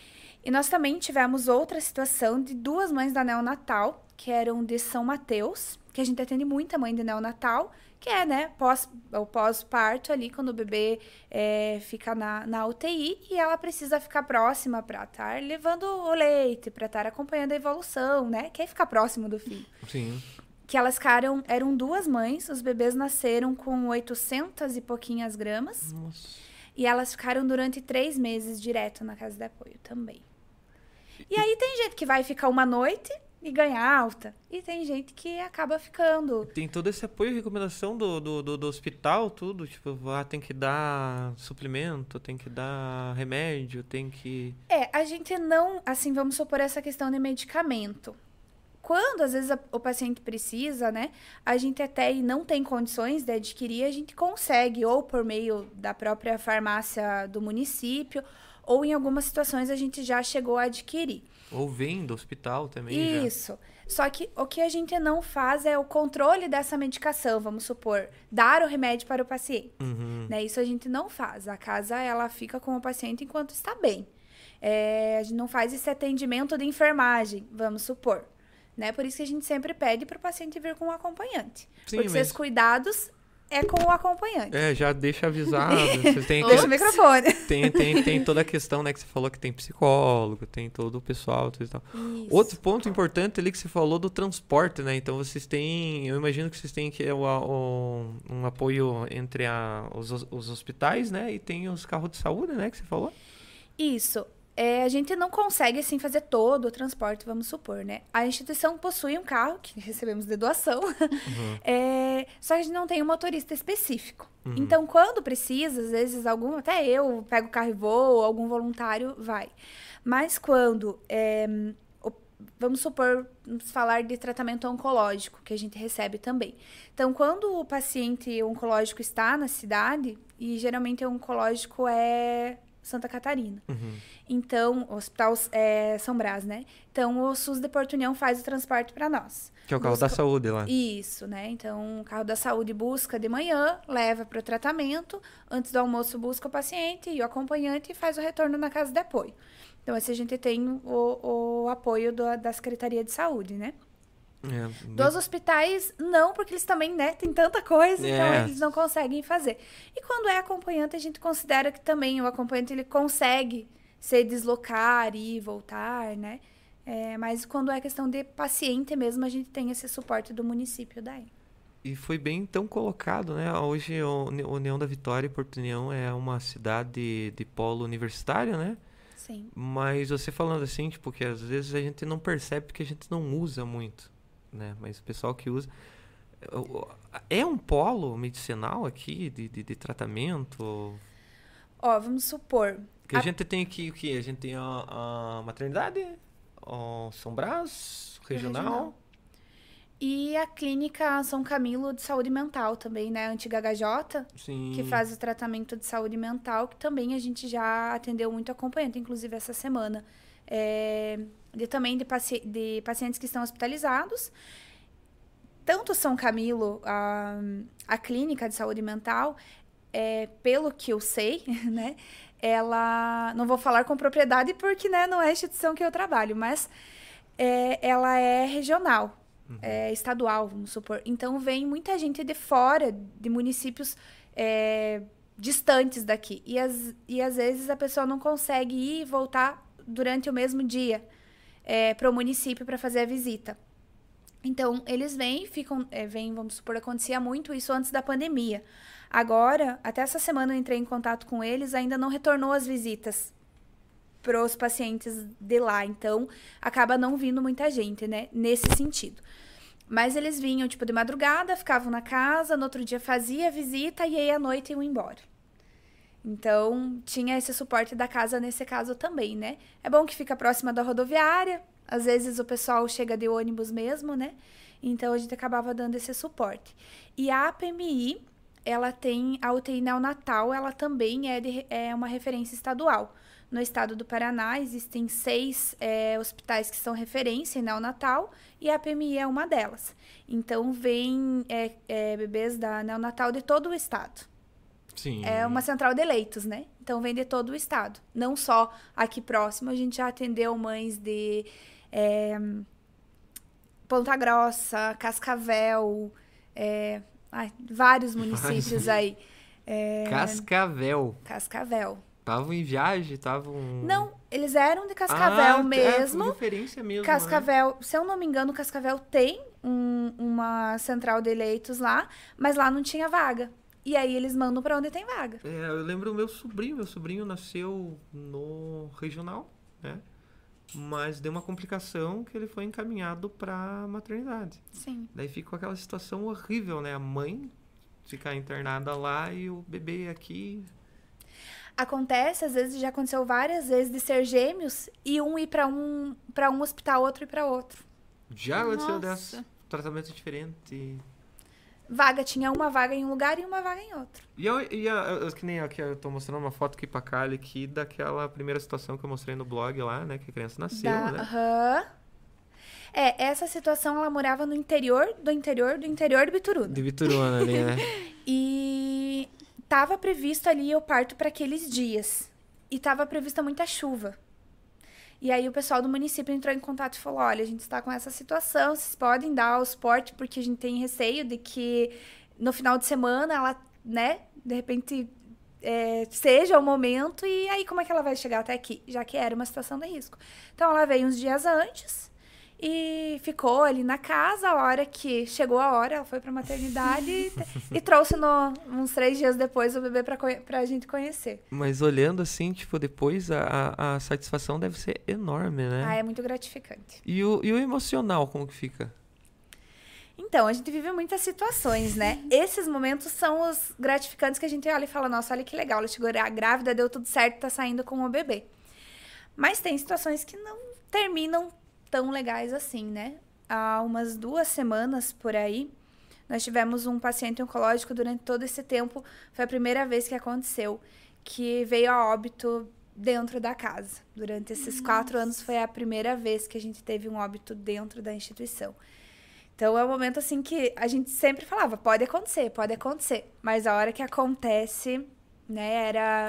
E nós também tivemos outra situação de duas mães da neonatal, que eram de São Mateus, que a gente atende muita mãe de neonatal, que é, né, pós, o pós-parto ali, quando o bebê é, fica na, na U T I e ela precisa ficar próxima para estar levando o leite, para estar acompanhando a evolução, né? Quer ficar próximo do filho. Sim. Que elas ficaram, eram duas mães, os bebês nasceram com oitocentas e pouquinhas gramas. Nossa. E elas ficaram durante três meses direto na casa de apoio também. E aí tem gente que vai ficar uma noite e ganha alta. E tem gente que acaba ficando. Tem todo esse apoio e recomendação do, do, do, do hospital, tudo. Tipo, ah, tem que dar suplemento, tem que dar remédio, tem que... É, a gente não... Assim, vamos supor essa questão de medicamento. Quando, às vezes, a, o paciente precisa, né? A gente até não tem condições de adquirir, a gente consegue, ou por meio da própria farmácia do município, ou em algumas situações a gente já chegou a adquirir. Ou vem do hospital também. Isso. Já. Só que o que a gente não faz é o controle dessa medicação, vamos supor, dar o remédio para o paciente. Uhum. Né? Isso a gente não faz. A casa, ela fica com o paciente enquanto está bem. É, a gente não faz esse atendimento de enfermagem, vamos supor. Né? Por isso que a gente sempre pede para o paciente vir com um acompanhante. Sim, porque mas... esses cuidados é com o acompanhante. É, já deixa avisado. Você tem Deixa o microfone. Tem, tem, tem toda a questão, né, que você falou que tem psicólogo, tem todo o pessoal, tudo e tal. Isso. Outro ponto importante ali que você falou do transporte, né? Então vocês têm, eu imagino que vocês têm que o, o, um apoio entre a, os, os hospitais, né? E tem os carros de saúde, né, que você falou? Isso. É, a gente não consegue, assim, fazer todo o transporte, vamos supor, né? A instituição possui um carro, que recebemos de doação, uhum. é, só que a gente não tem um motorista específico. Uhum. Então, quando precisa, às vezes, algum, até eu pego o carro e vou, algum voluntário vai. Mas quando, é, o, vamos supor, vamos falar de tratamento oncológico, que a gente recebe também. Então, quando o paciente oncológico está na cidade, e geralmente o oncológico é Santa Catarina. Uhum. Então, o Hospital é, São Brás, né? Então, o SUS de Porto União faz o transporte para nós. Que é o carro busca... da saúde lá. Isso, né? Então, o carro da saúde busca de manhã, leva para o tratamento, antes do almoço busca o paciente e o acompanhante e faz o retorno na casa de apoio. Então, assim, a gente tem o, o apoio do, da Secretaria de Saúde, né? É, Dos hospitais, não, porque eles também, né, tem tanta coisa, É. então eles não conseguem fazer. E quando é acompanhante, a gente considera que também o acompanhante, ele consegue se deslocar e voltar, né? É, mas quando é questão de paciente mesmo, a gente tem esse suporte do município daí. E foi bem tão colocado, né? Hoje o Uni- União da Vitória e Porto União é uma cidade de, de polo universitário, né? Sim. Mas você falando assim, tipo, que às vezes a gente não percebe porque a gente não usa muito, né? Mas o pessoal que usa... É um polo medicinal aqui, de, de, de tratamento? Ó, vamos supor, Que a, A- gente tem aqui o quê? A gente tem a, a maternidade, o São Brás, regional. regional. E a clínica São Camilo de Saúde Mental também, né? A antiga H J, Sim. que faz o tratamento de saúde mental, que também a gente já atendeu muito acompanhante, inclusive essa semana. É, de, também de, paci de pacientes que estão hospitalizados. Tanto São Camilo, a, a clínica de saúde mental, é, pelo que eu sei, né? Ela, não vou falar com propriedade porque, né, não é a instituição que eu trabalho, mas é, ela é regional. É, estadual, vamos supor. Então, vem muita gente de fora, de municípios é, distantes daqui. E, as, e, às vezes, a pessoa não consegue ir e voltar durante o mesmo dia é, para o município para fazer a visita. Então, eles vêm, ficam, é, vêm, vamos supor, acontecia muito isso antes da pandemia. Agora, até essa semana eu entrei em contato com eles, ainda não retornou as visitas para os pacientes de lá. Então, acaba não vindo muita gente, né? Nesse sentido. Mas eles vinham, tipo, de madrugada, ficavam na casa, no outro dia fazia a visita e aí à noite iam embora. Então, tinha esse suporte da casa nesse caso também, né? É bom que fica próxima da rodoviária. Às vezes o pessoal chega de ônibus mesmo, né? Então, a gente acabava dando esse suporte. E a A P M I, ela tem a U T I neonatal, ela também é, de, é uma referência estadual. No estado do Paraná, existem seis é, hospitais que são referência em neonatal e a A P M I é uma delas. Então, vem é, é, bebês da neonatal de todo o estado. Sim. É uma central de leitos, né? Então, vem de todo o estado. Não só aqui próximo, a gente já atendeu mães de é, Ponta Grossa, Cascavel, é, ai, vários municípios aí. É, Cascavel. Cascavel. Estavam em viagem, estavam... Não, eles eram de Cascavel ah, mesmo. É, referência mesmo, Cascavel, né? Se eu não me engano, Cascavel tem um, uma central de leitos lá, mas lá não tinha vaga. E aí eles mandam pra onde tem vaga. É, eu lembro o meu sobrinho. Meu sobrinho nasceu no regional, né? Mas deu uma complicação que ele foi encaminhado pra maternidade. Sim. Daí ficou aquela situação horrível, né? A mãe ficar internada lá e o bebê aqui... Acontece, às vezes já aconteceu várias vezes de ser gêmeos e um ir pra um, pra um hospital, outro ir pra outro. Já aconteceu Nossa. dessa. Tratamento diferente. Vaga, tinha uma vaga em um lugar e uma vaga em outro. E, eu, e a, eu- que nem aqui, eu tô mostrando uma foto aqui pra Kali aqui daquela primeira situação que eu mostrei no blog lá, né? Que a criança nasceu, Da- né? Aham. É, essa situação, ela morava no interior, do interior, do interior de Bituruna. De Bituruna ali, né? E estava previsto ali o parto para aqueles dias. E estava prevista muita chuva. E aí o pessoal do município entrou em contato e falou, olha, a gente está com essa situação, vocês podem dar o suporte, porque a gente tem receio de que no final de semana ela, né, de repente é, seja o momento, e aí como é que ela vai chegar até aqui? Já que era uma situação de risco. Então ela veio uns dias antes e ficou ali na casa. A hora que chegou a hora, ela foi pra maternidade e, e trouxe no, uns três dias depois o bebê pra, conhe- pra gente conhecer. Mas olhando assim, tipo, depois a, a, a satisfação deve ser enorme, né? Ah, é muito gratificante. E, o, e o emocional, como que fica? Então, a gente vive muitas situações, né? Esses momentos são os gratificantes que a gente olha e fala, nossa, olha que legal, ela chegou grávida, deu tudo certo, tá saindo com o bebê. Mas tem situações que não terminam tão legais assim, né? Há umas duas semanas por aí, nós tivemos um paciente oncológico durante todo esse tempo. Foi a primeira vez que aconteceu, que veio a óbito dentro da casa. Durante esses Nossa. quatro anos foi a primeira vez que a gente teve um óbito dentro da instituição. Então é um momento assim que a gente sempre falava, pode acontecer, pode acontecer. Mas a hora que acontece, né, era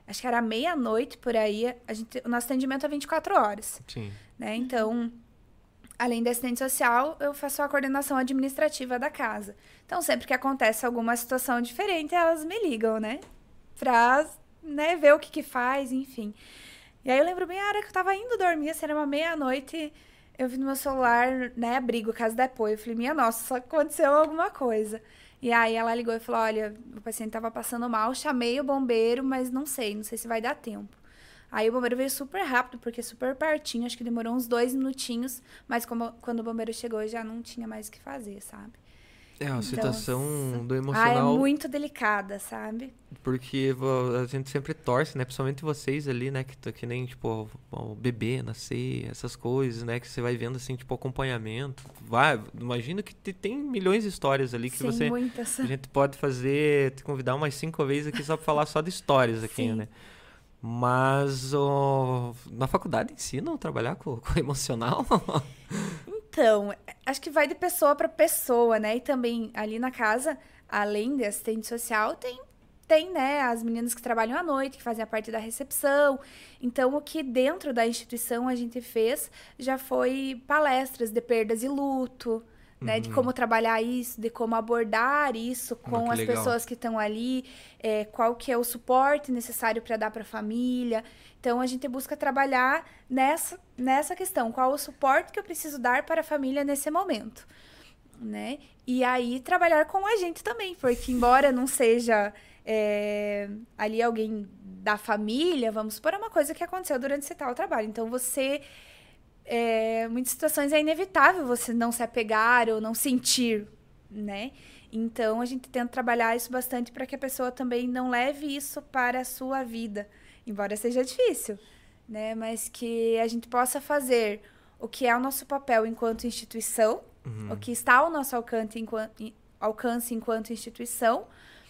acho que era meia-noite por aí, a gente, o nosso atendimento é vinte e quatro horas. Sim. Né? Então, além da assistente social, eu faço a coordenação administrativa da casa. Então, sempre que acontece alguma situação diferente, elas me ligam, né? Pra, né, ver o que que faz, enfim. E aí eu lembro bem a hora que eu tava indo dormir, assim, era uma meia-noite, eu vi no meu celular, né, abrigo, casa de apoio. Eu falei, minha nossa, só aconteceu alguma coisa. E aí ela ligou e falou, olha, o paciente tava passando mal, chamei o bombeiro, mas não sei, não sei se vai dar tempo. Aí o bombeiro veio super rápido, porque super pertinho, acho que demorou uns dois minutinhos, mas como, quando o bombeiro chegou, já não tinha mais o que fazer, sabe? É uma Então, situação do Ah, é emocional, muito delicada, sabe? porque vo- a gente sempre torce, né? Principalmente vocês ali, né? Que, t- que nem, tipo, o bebê nascer, essas coisas, né? Que você vai vendo, assim, tipo, acompanhamento. Vai, imagino que te- tem milhões de histórias ali que Sim, você... muitas. A gente pode fazer, te convidar umas cinco vezes aqui só pra falar só de histórias aqui, Sim. né? Mas ó, na faculdade ensinam a trabalhar com, com emocional? Então, acho que vai de pessoa para pessoa, né? E também ali na casa, além de assistente social, tem, tem, né, as meninas que trabalham à noite, que fazem a parte da recepção. Então, o que dentro da instituição a gente fez já foi palestras de perdas e luto, né? De como trabalhar isso, de como abordar isso com que as legal. pessoas que estão ali, é, qual que é o suporte necessário para dar para a família. Então, a gente busca trabalhar nessa, nessa questão. Qual o suporte que eu preciso dar para a família nesse momento, né? E aí, trabalhar com a gente também. Porque, embora não seja é, ali alguém da família, vamos supor, é uma coisa que aconteceu durante esse tal trabalho. Então, você... É, muitas situações é inevitável você não se apegar ou não sentir, né? Então, a gente tenta trabalhar isso bastante para que a pessoa também não leve isso para a sua vida, embora seja difícil, né? Mas que a gente possa fazer o que é o nosso papel enquanto instituição, Uhum. o que está ao nosso alcance enquanto, alcance enquanto instituição,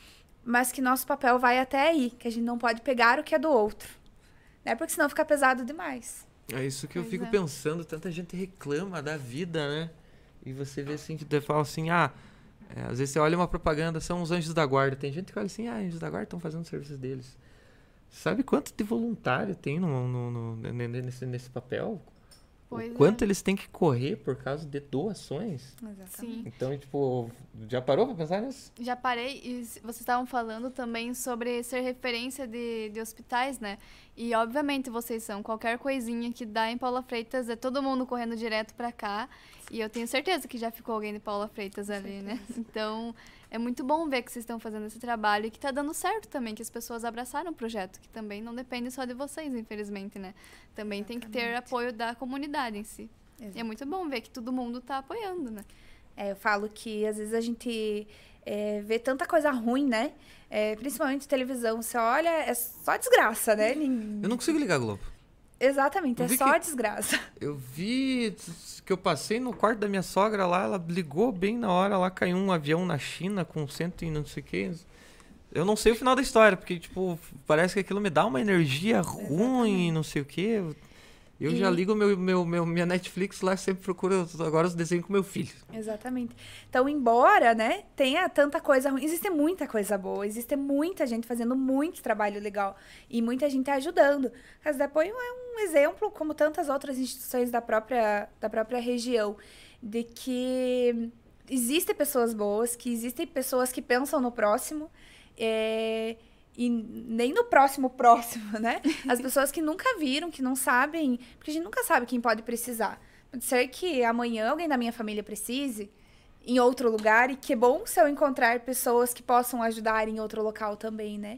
mas que nosso papel vai até aí, que a gente não pode pegar o que é do outro, né? Porque senão fica pesado demais. É isso que eu Pois fico é. pensando, tanta gente reclama da vida, né? E você vê assim, que fala assim, ah, é, às vezes você olha uma propaganda, são os anjos da guarda. Tem gente que olha assim, ah, anjos da guarda estão fazendo o serviço deles. Sabe quanto de voluntário tem no, no, no- ne- nesse, nesse papel? Pois o é. quanto eles têm que correr por causa de doações? Sim. Então, tipo, já parou pra pensar nisso? Já parei e s- vocês estavam falando também sobre ser referência de, de hospitais, né? E obviamente vocês são. Qualquer coisinha que dá em Paula Freitas é todo mundo correndo direto pra cá. E eu tenho certeza que já ficou alguém de Paula Freitas ali, né? Então é muito bom ver que vocês estão fazendo esse trabalho e que tá dando certo também, que as pessoas abraçaram o projeto, que também não depende só de vocês, infelizmente, né? Também tem que ter Exatamente. apoio da comunidade em si. E é muito bom ver que todo mundo tá apoiando, né? É, eu falo que às vezes a gente é, vê tanta coisa ruim, né? É, principalmente televisão. Você olha, é só desgraça, né? Nin- Eu não consigo ligar a Globo. Exatamente, Eu é vi só que- desgraça. Eu vi que eu passei no quarto da minha sogra lá, ela ligou bem na hora, lá caiu um avião na China com cento e não sei o que. Eu não sei o final da história, porque, tipo, parece que aquilo me dá uma energia ruim e não sei o que. Eu E- já ligo meu, meu, meu, minha Netflix lá, sempre procuro agora os desenhos com meu filho. Exatamente. Então, embora, né, tenha tanta coisa ruim, existe muita coisa boa, existe muita gente fazendo muito trabalho legal e muita gente ajudando. A Casa de Apoio é um exemplo, como tantas outras instituições da própria, da própria região, de que existem pessoas boas, que existem pessoas que pensam no próximo, é, e nem no próximo próximo, né? As pessoas que nunca viram, que não sabem, porque a gente nunca sabe quem pode precisar. Pode ser que amanhã alguém da minha família precise em outro lugar e que é bom se eu encontrar pessoas que possam ajudar em outro local também, né?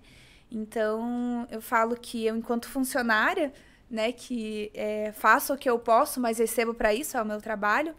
Então, eu falo que eu, enquanto funcionária, né, que é, faço o que eu posso, mas recebo para isso, é o meu trabalho,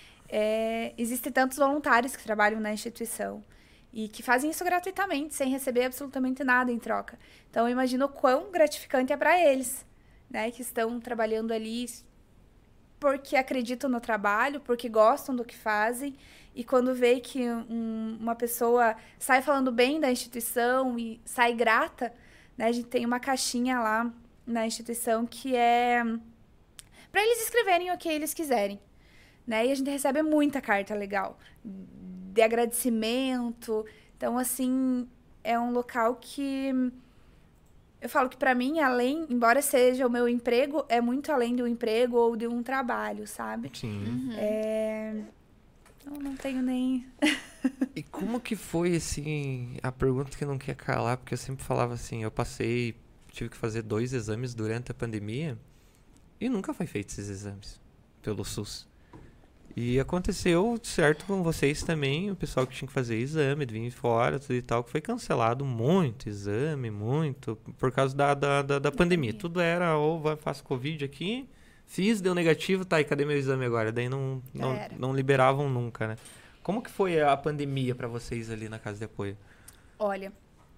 é, existem tantos voluntários que trabalham na instituição e que fazem isso gratuitamente, sem receber absolutamente nada em troca. Então, eu imagino o quão gratificante é para eles, né, que estão trabalhando ali porque acreditam no trabalho, porque gostam do que fazem, e quando vê que um, uma pessoa sai falando bem da instituição e sai grata, né, a gente tem uma caixinha lá na instituição que é para eles escreverem o que eles quiserem, né, e a gente recebe muita carta legal, de agradecimento. Então, assim, é um local que eu falo que pra mim, além, embora seja o meu emprego, é muito além de um emprego ou de um trabalho, sabe? Sim. Uhum. É... Eu não tenho nem... E como que foi, assim, a pergunta que não quer calar, porque eu sempre falava assim, eu passei, tive que fazer dois exames durante a pandemia e nunca foi feito esses exames pelo SUS. E aconteceu, certo, com vocês também, o pessoal que tinha que fazer exame, de vir fora, tudo e tal, que foi cancelado muito exame, muito, por causa da, da, da, da pandemia. Tudo era, ou vai, faço Covid aqui, fiz, deu negativo, tá, e cadê meu exame agora? Daí não, não, não liberavam nunca, né? Como que foi a pandemia pra vocês ali na casa de apoio? Olha,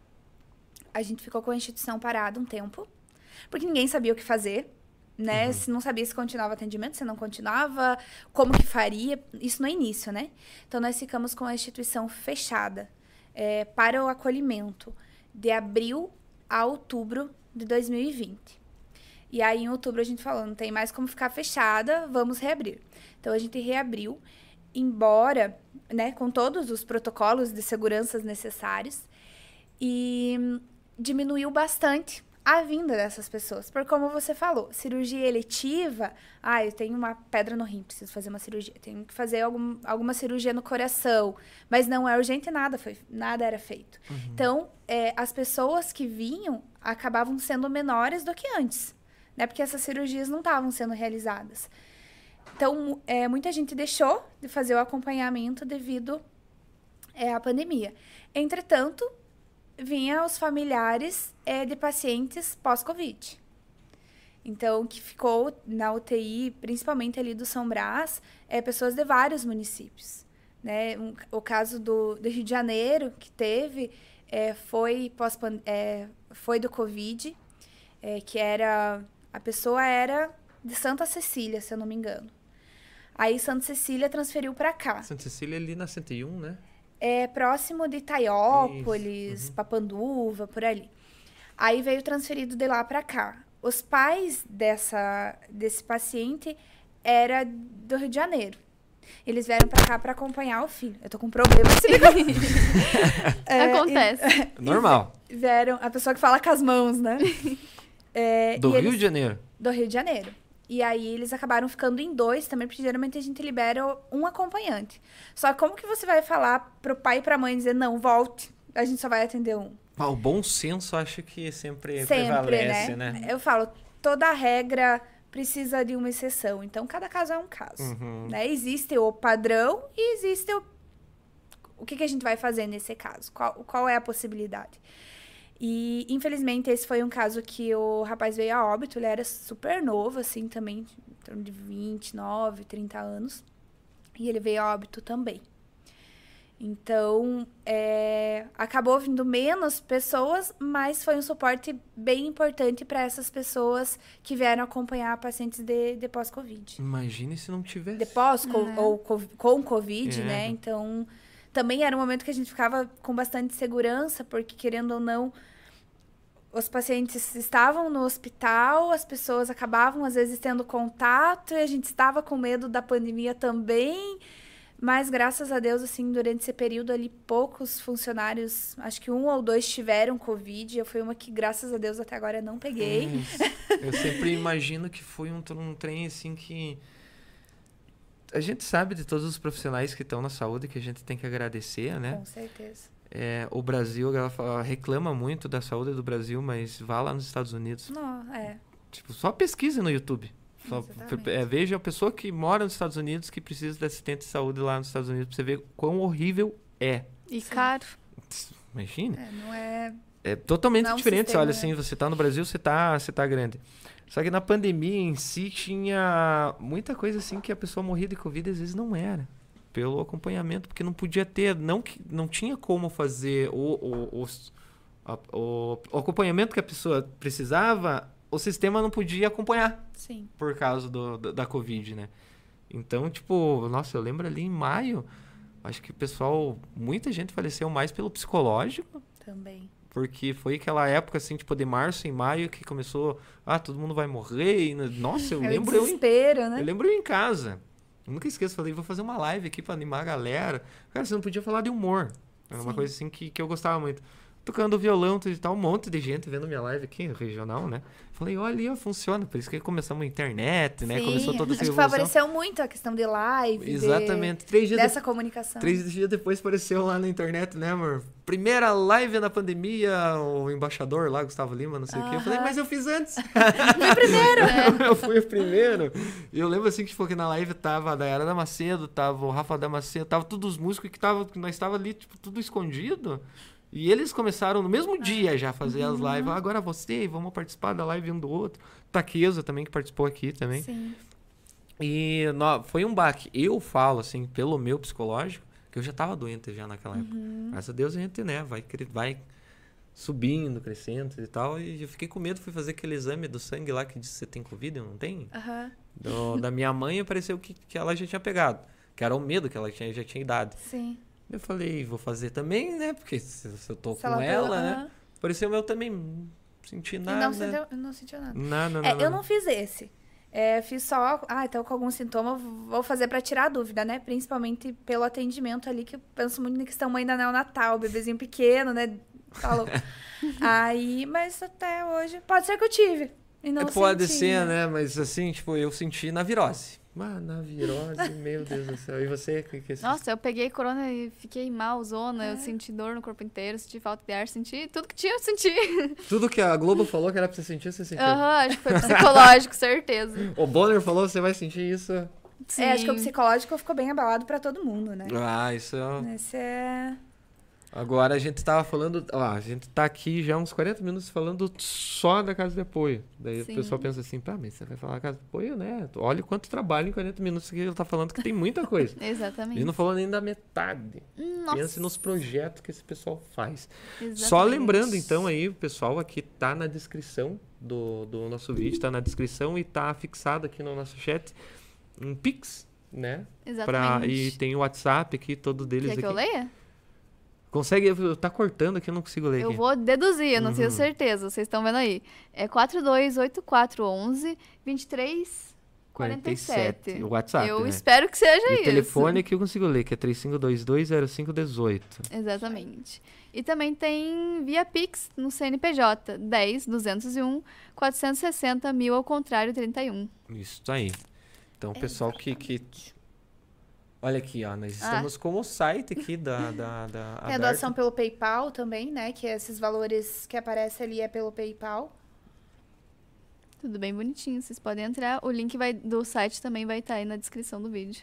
a gente ficou com a instituição parada um tempo, porque ninguém sabia o que fazer. Né? Uhum. Se não sabia se continuava atendimento, se não continuava, como que faria, isso no início, né? Então, nós ficamos com a instituição fechada é, para o acolhimento de abril a outubro de dois mil e vinte. E aí, em outubro, a gente falou, não tem mais como ficar fechada, vamos reabrir. Então, a gente reabriu, embora, né, com todos os protocolos de segurança necessários, e diminuiu bastante a vinda dessas pessoas. Por como você falou, cirurgia eletiva, ah, eu tenho uma pedra no rim, preciso fazer uma cirurgia, tenho que fazer algum, alguma cirurgia no coração, mas não é urgente, nada, foi, nada era feito. Uhum. Então, é, as pessoas que vinham acabavam sendo menores do que antes, né? Porque essas cirurgias não estavam sendo realizadas. Então, é, muita gente deixou de fazer o acompanhamento devido é, à pandemia. Entretanto, vinha os familiares é, de pacientes pós-Covid. Então, que ficou na U T I, principalmente ali do São Brás, é, pessoas de vários municípios. Né? Um, o caso do, do Rio de Janeiro, que teve, é, foi, pós, é, foi do Covid, é, que era... A pessoa era de Santa Cecília, se eu não me engano. Aí, Santa Cecília transferiu para cá. Santa Cecília ali na cento e um, né? É próximo de Itaiópolis, uhum. Papanduva, por ali. Aí veio transferido de lá para cá. Os pais dessa, desse paciente era do Rio de Janeiro. Eles vieram para cá para acompanhar o filho. Eu tô com um problema assim. é, Acontece. E, Normal. Vieram, a pessoa que fala com as mãos, né? É, do Rio eles, de Janeiro? Do Rio de Janeiro. E aí, eles acabaram ficando em dois também, porque geralmente a gente libera um acompanhante. Só que como que você vai falar pro pai e pra mãe dizer, não, volte, a gente só vai atender um? Ah, o bom senso acho que sempre, sempre prevalece, né? né? Eu falo, toda regra precisa de uma exceção. Então, cada caso é um caso. Uhum. Né? Existe o padrão e existe o... O que, que a gente vai fazer nesse caso? Qual, qual é a possibilidade? E, infelizmente, esse foi um caso que o rapaz veio a óbito. Ele era super novo, assim, também, em torno de vinte e nove, trinta anos. E ele veio a óbito também. Então, é, acabou vindo menos pessoas, mas foi um suporte bem importante para essas pessoas que vieram acompanhar pacientes de, de pós-Covid. Imagine se não tivesse. De pós é. ou com Covid, é. né? Então, também era um momento que a gente ficava com bastante segurança, porque, querendo ou não, os pacientes estavam no hospital, as pessoas acabavam, às vezes, tendo contato, e a gente estava com medo da pandemia também. Mas, graças a Deus, assim, durante esse período ali, poucos funcionários, acho que um ou dois tiveram Covid. Eu fui uma que, graças a Deus, até agora não peguei. É, eu sempre imagino que foi um, um trem, assim, que... A gente sabe de todos os profissionais que estão na saúde, que a gente tem que agradecer, né? Com certeza. É, o Brasil, ela fala, reclama muito da saúde do Brasil, mas vá lá nos Estados Unidos. Não, é. Tipo, só pesquisa no YouTube. Só, é, veja a pessoa que mora nos Estados Unidos, que precisa de assistente de saúde lá nos Estados Unidos, pra você ver quão horrível é. E Sim. caro. Imagina. É, não é... É totalmente não diferente. sistema... Olha, assim, você tá no Brasil, você tá, você tá grande. Só que na pandemia em si tinha muita coisa assim que a pessoa morria de Covid e às vezes não era. Pelo acompanhamento, porque não podia ter, não, não tinha como fazer o, o, o, a, o, o acompanhamento que a pessoa precisava, o sistema não podia acompanhar. Sim. Por causa do, da, da Covid, né? Então, tipo, nossa, eu lembro ali em maio, acho que o pessoal, muita gente faleceu mais pelo psicológico. Também. Porque foi aquela época, assim, tipo, de março e maio, que começou, ah, todo mundo vai morrer. E, nossa, eu é lembro eu em, né? eu lembro eu em casa. Eu nunca esqueço, falei, vou fazer uma live aqui pra animar a galera. Cara, você não podia falar de humor. Era Sim. uma coisa assim que, que eu gostava muito. tocando violão, tudo e tal, um monte de gente vendo minha live aqui, regional, né? Falei, olha, ó, funciona, por isso que começamos a internet, né? Sim, Começou toda essa acho que evolução. favoreceu muito a questão de live, Exatamente. de, Três dias dessa de- comunicação. Três dias depois apareceu lá na internet, né, amor? Primeira live na pandemia, o embaixador lá, Gustavo Lima, não sei o quê. Eu falei, Aham. mas eu fiz antes. Fui primeiro! Eu fui o primeiro. E eu lembro assim que, tipo, que na live tava a Dayara Damasceno, tava o Rafa Damasceno, tava todos os músicos que, tava, que nós tava ali, tipo, tudo escondido. E eles começaram no mesmo dia já a fazer as lives. Ah, agora você, vamos participar da live um do outro. Taqueza também, que participou aqui também. Sim. E no- foi um baque. Eu falo, assim, pelo meu psicológico, que eu já tava doente já naquela época. Graças a Deus a gente, né, vai, cre- vai subindo, crescendo e tal. E eu fiquei com medo, fui fazer aquele exame do sangue lá que diz que você tem Covid, não tem? Aham. Do- da minha mãe, pareceu que, que ela já tinha pegado. Que era o medo que ela tinha, já tinha idade. Sim. Eu falei, vou fazer também, né? Porque se, se eu tô Se com ela ela, tá- né? aham. Pareceu o meu também, não senti E nada. não, sentiu, não sentiu nada. Nada, É, nada. eu não fiz esse. É, fiz só, ah, então com algum sintoma, vou fazer pra tirar a dúvida, né? Principalmente pelo atendimento ali, que eu penso muito na questão mãe da neonatal, bebezinho pequeno, né? Tá louco. Aí, mas até hoje, pode ser que eu tive. E não É, pode senti, ser, né? Mas assim, tipo, eu senti na virose. Ah, na virose, meu Deus do céu. E você? Que, que Nossa, eu peguei corona e fiquei mal, zona. Eu senti dor no corpo inteiro, senti falta de ar, senti tudo que tinha, eu senti. Tudo que a Globo falou que era pra você sentir, você sentiu. Aham, acho que foi psicológico, certeza. O Bonner falou que você vai sentir isso. Sim. É, acho que o psicológico ficou bem abalado pra todo mundo, né? Ah, isso é... Esse é... Agora a gente tava falando... Ó, a gente tá aqui já uns quarenta minutos falando só da casa de apoio. Daí Sim. o pessoal pensa assim, pá, mas você vai falar casa de apoio, né? Olha quanto trabalho em quarenta minutos que ele tá falando que tem muita coisa. Exatamente. Ele não falou nem da metade. Nossa. Pense nos projetos que esse pessoal faz. Exatamente. Só lembrando, então, aí, o pessoal aqui tá na descrição do, do nosso vídeo, tá na descrição e tá fixado aqui no nosso chat um Pix, né? Pra, Exatamente. e tem o WhatsApp aqui, todo deles Quer que aqui. eu leia? Consegue? Eu- Tá cortando aqui, eu não consigo ler Eu aqui. vou deduzir, eu não tenho Uhum. certeza. Vocês estão vendo aí. É quatro dois oito quatro um um dois três quatro sete. O WhatsApp, Eu né? espero que seja E isso. o telefone aqui eu consigo ler, que é três cinco dois dois zero cinco um oito. Exatamente. E também tem via Pix no C N P J dez duzentos e um quatrocentos e sessenta mil ao contrário trinta e um. Isso aí. Então, o pessoal que, que... Olha aqui, ó, nós Ah. estamos com o site aqui da... da, da Tem a aberto. doação pelo PayPal também, né? Que esses valores que aparecem ali é pelo PayPal. Tudo bem bonitinho, vocês podem entrar. O link vai, do site também vai estar aí na descrição do vídeo.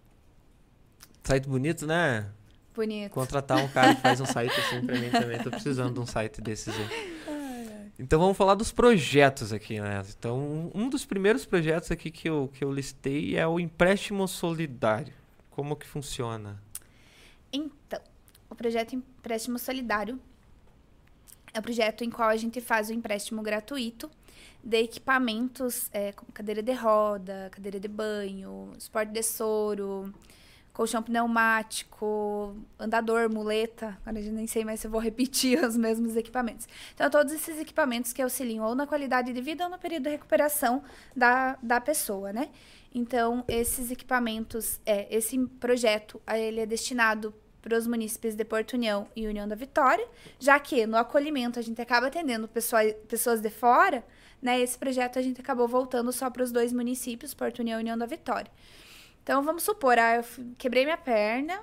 Site bonito, né? Bonito. Contratar um cara que faz um site assim pra mim também. Tô precisando de um site desses aí. Então vamos falar dos projetos aqui, né? Então, um dos primeiros projetos aqui que eu, que eu listei é o empréstimo solidário. Como que funciona? Então, o projeto Empréstimo Solidário é um projeto em qual a gente faz o empréstimo gratuito de equipamentos é, como cadeira de roda, cadeira de banho, suporte de soro, colchão pneumático, andador, muleta. Agora eu já nem sei mais se eu vou repetir os mesmos equipamentos. Então, todos esses equipamentos que auxiliam ou na qualidade de vida ou no período de recuperação da, da pessoa, né? Então, esses equipamentos, é, esse projeto, ele é destinado para os munícipes de Porto União e União da Vitória, já que no acolhimento a gente acaba atendendo pessoa, pessoas de fora, né? Esse projeto a gente acabou voltando só para os dois municípios, Porto União e União da Vitória. Então, vamos supor, ah, eu f- quebrei minha perna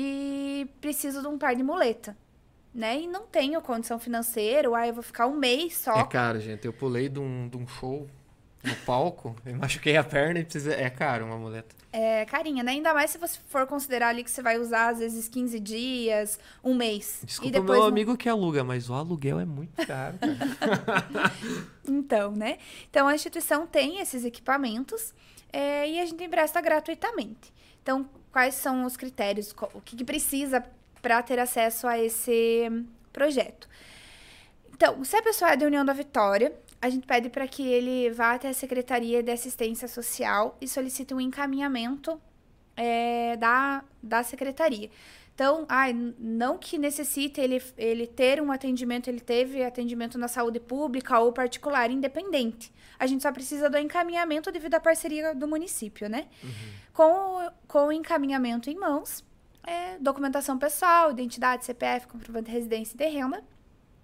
e preciso de um par de muleta, né? E não tenho condição financeira, ou ah, eu vou ficar um mês só. É caro, gente. Eu pulei de um, de um show no palco, eu machuquei a perna e precisa... É caro uma muleta. É carinha, né? Ainda mais se você for considerar ali que você vai usar, às vezes, quinze dias, um mês. Desculpa e o depois meu não- amigo que aluga, mas o aluguel é muito caro, cara. Então, né? Então, a instituição tem esses equipamentos é, e a gente empresta gratuitamente. Então, quais são os critérios? co- O que, que precisa para ter acesso a esse projeto? Então, se a pessoa é da União da Vitória, a gente pede para que ele vá até a Secretaria de Assistência Social e solicite um encaminhamento é, da, da Secretaria. Então, ai, n- não que necessite ele, ele ter um atendimento, ele teve atendimento na saúde pública ou particular, independente. A gente só precisa do encaminhamento devido à parceria do município, né? Com, o- com o encaminhamento em mãos, é, documentação pessoal, identidade, C P F, comprovante de residência e de renda,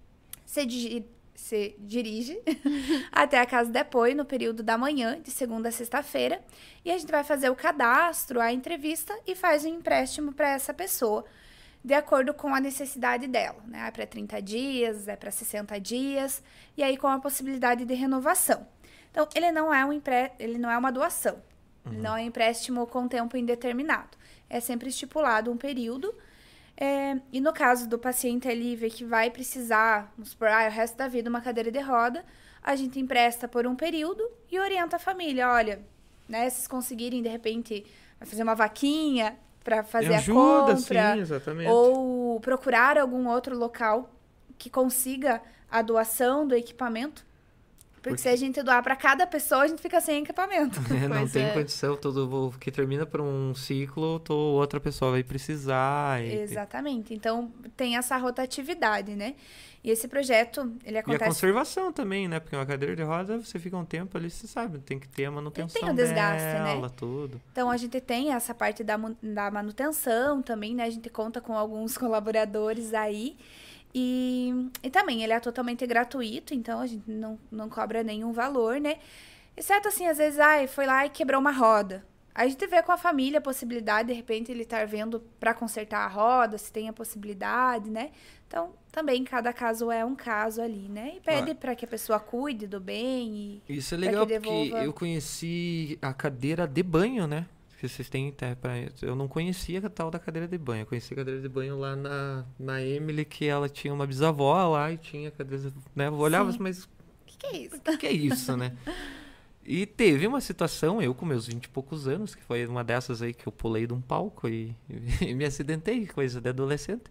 se, digi- se dirige até a casa de apoio no período da manhã, de segunda a sexta-feira, e a gente vai fazer o cadastro, a entrevista e faz um empréstimo para essa pessoa, de acordo com a necessidade dela, né? É para trinta dias, é para sessenta dias, e aí com a possibilidade de renovação. Então, ele não é, um empre... ele não é uma doação, uhum. Ele não é um empréstimo com tempo indeterminado. É sempre estipulado um período, é... e no caso do paciente ali ver que vai precisar, vamos supor, ah, o resto da vida uma cadeira de roda, a gente empresta por um período e orienta a família, olha, né, se vocês conseguirem, de repente, vai fazer uma vaquinha para fazer ajuda, a compra, sim, exatamente. Ou procurar algum outro local que consiga a doação do equipamento. Porque, Porque... se a gente doar para cada pessoa, a gente fica sem equipamento. É, não Pois tem é. condição, todo que termina por um ciclo, tô, outra pessoa vai precisar. E... Exatamente. Então, tem essa rotatividade, né? E esse projeto, ele acontece... E a conservação também, né? Porque uma cadeira de roda, você fica um tempo ali, você sabe, tem que ter a manutenção tem o desgaste, dela, né? tudo. Então, a gente tem essa parte da, da manutenção também, né? A gente conta com alguns colaboradores aí. E, e também, ele é totalmente gratuito, então a gente não, não cobra nenhum valor, né? Exceto assim, às vezes, ai, foi lá e quebrou uma roda. Aí a gente vê com a família a possibilidade, de repente, ele estar vendo para consertar a roda, se tem a possibilidade, né? Então, também, cada caso é um caso ali, né? E pede Ah. para que a pessoa cuide do bem e... Isso é legal, que porque devolva... eu conheci a cadeira de banho, né? Que vocês têm até pra... Eu não conhecia a tal da cadeira de banho. Eu conheci a cadeira de banho lá na, na Emily, que ela tinha uma bisavó lá e tinha cadeira... Né? Eu olhava, Sim. mas... O que, que é isso? O que, que é isso, né? E teve uma situação, eu com meus vinte e poucos anos, que foi uma dessas aí que eu pulei de um palco e, e me acidentei, coisa de adolescente.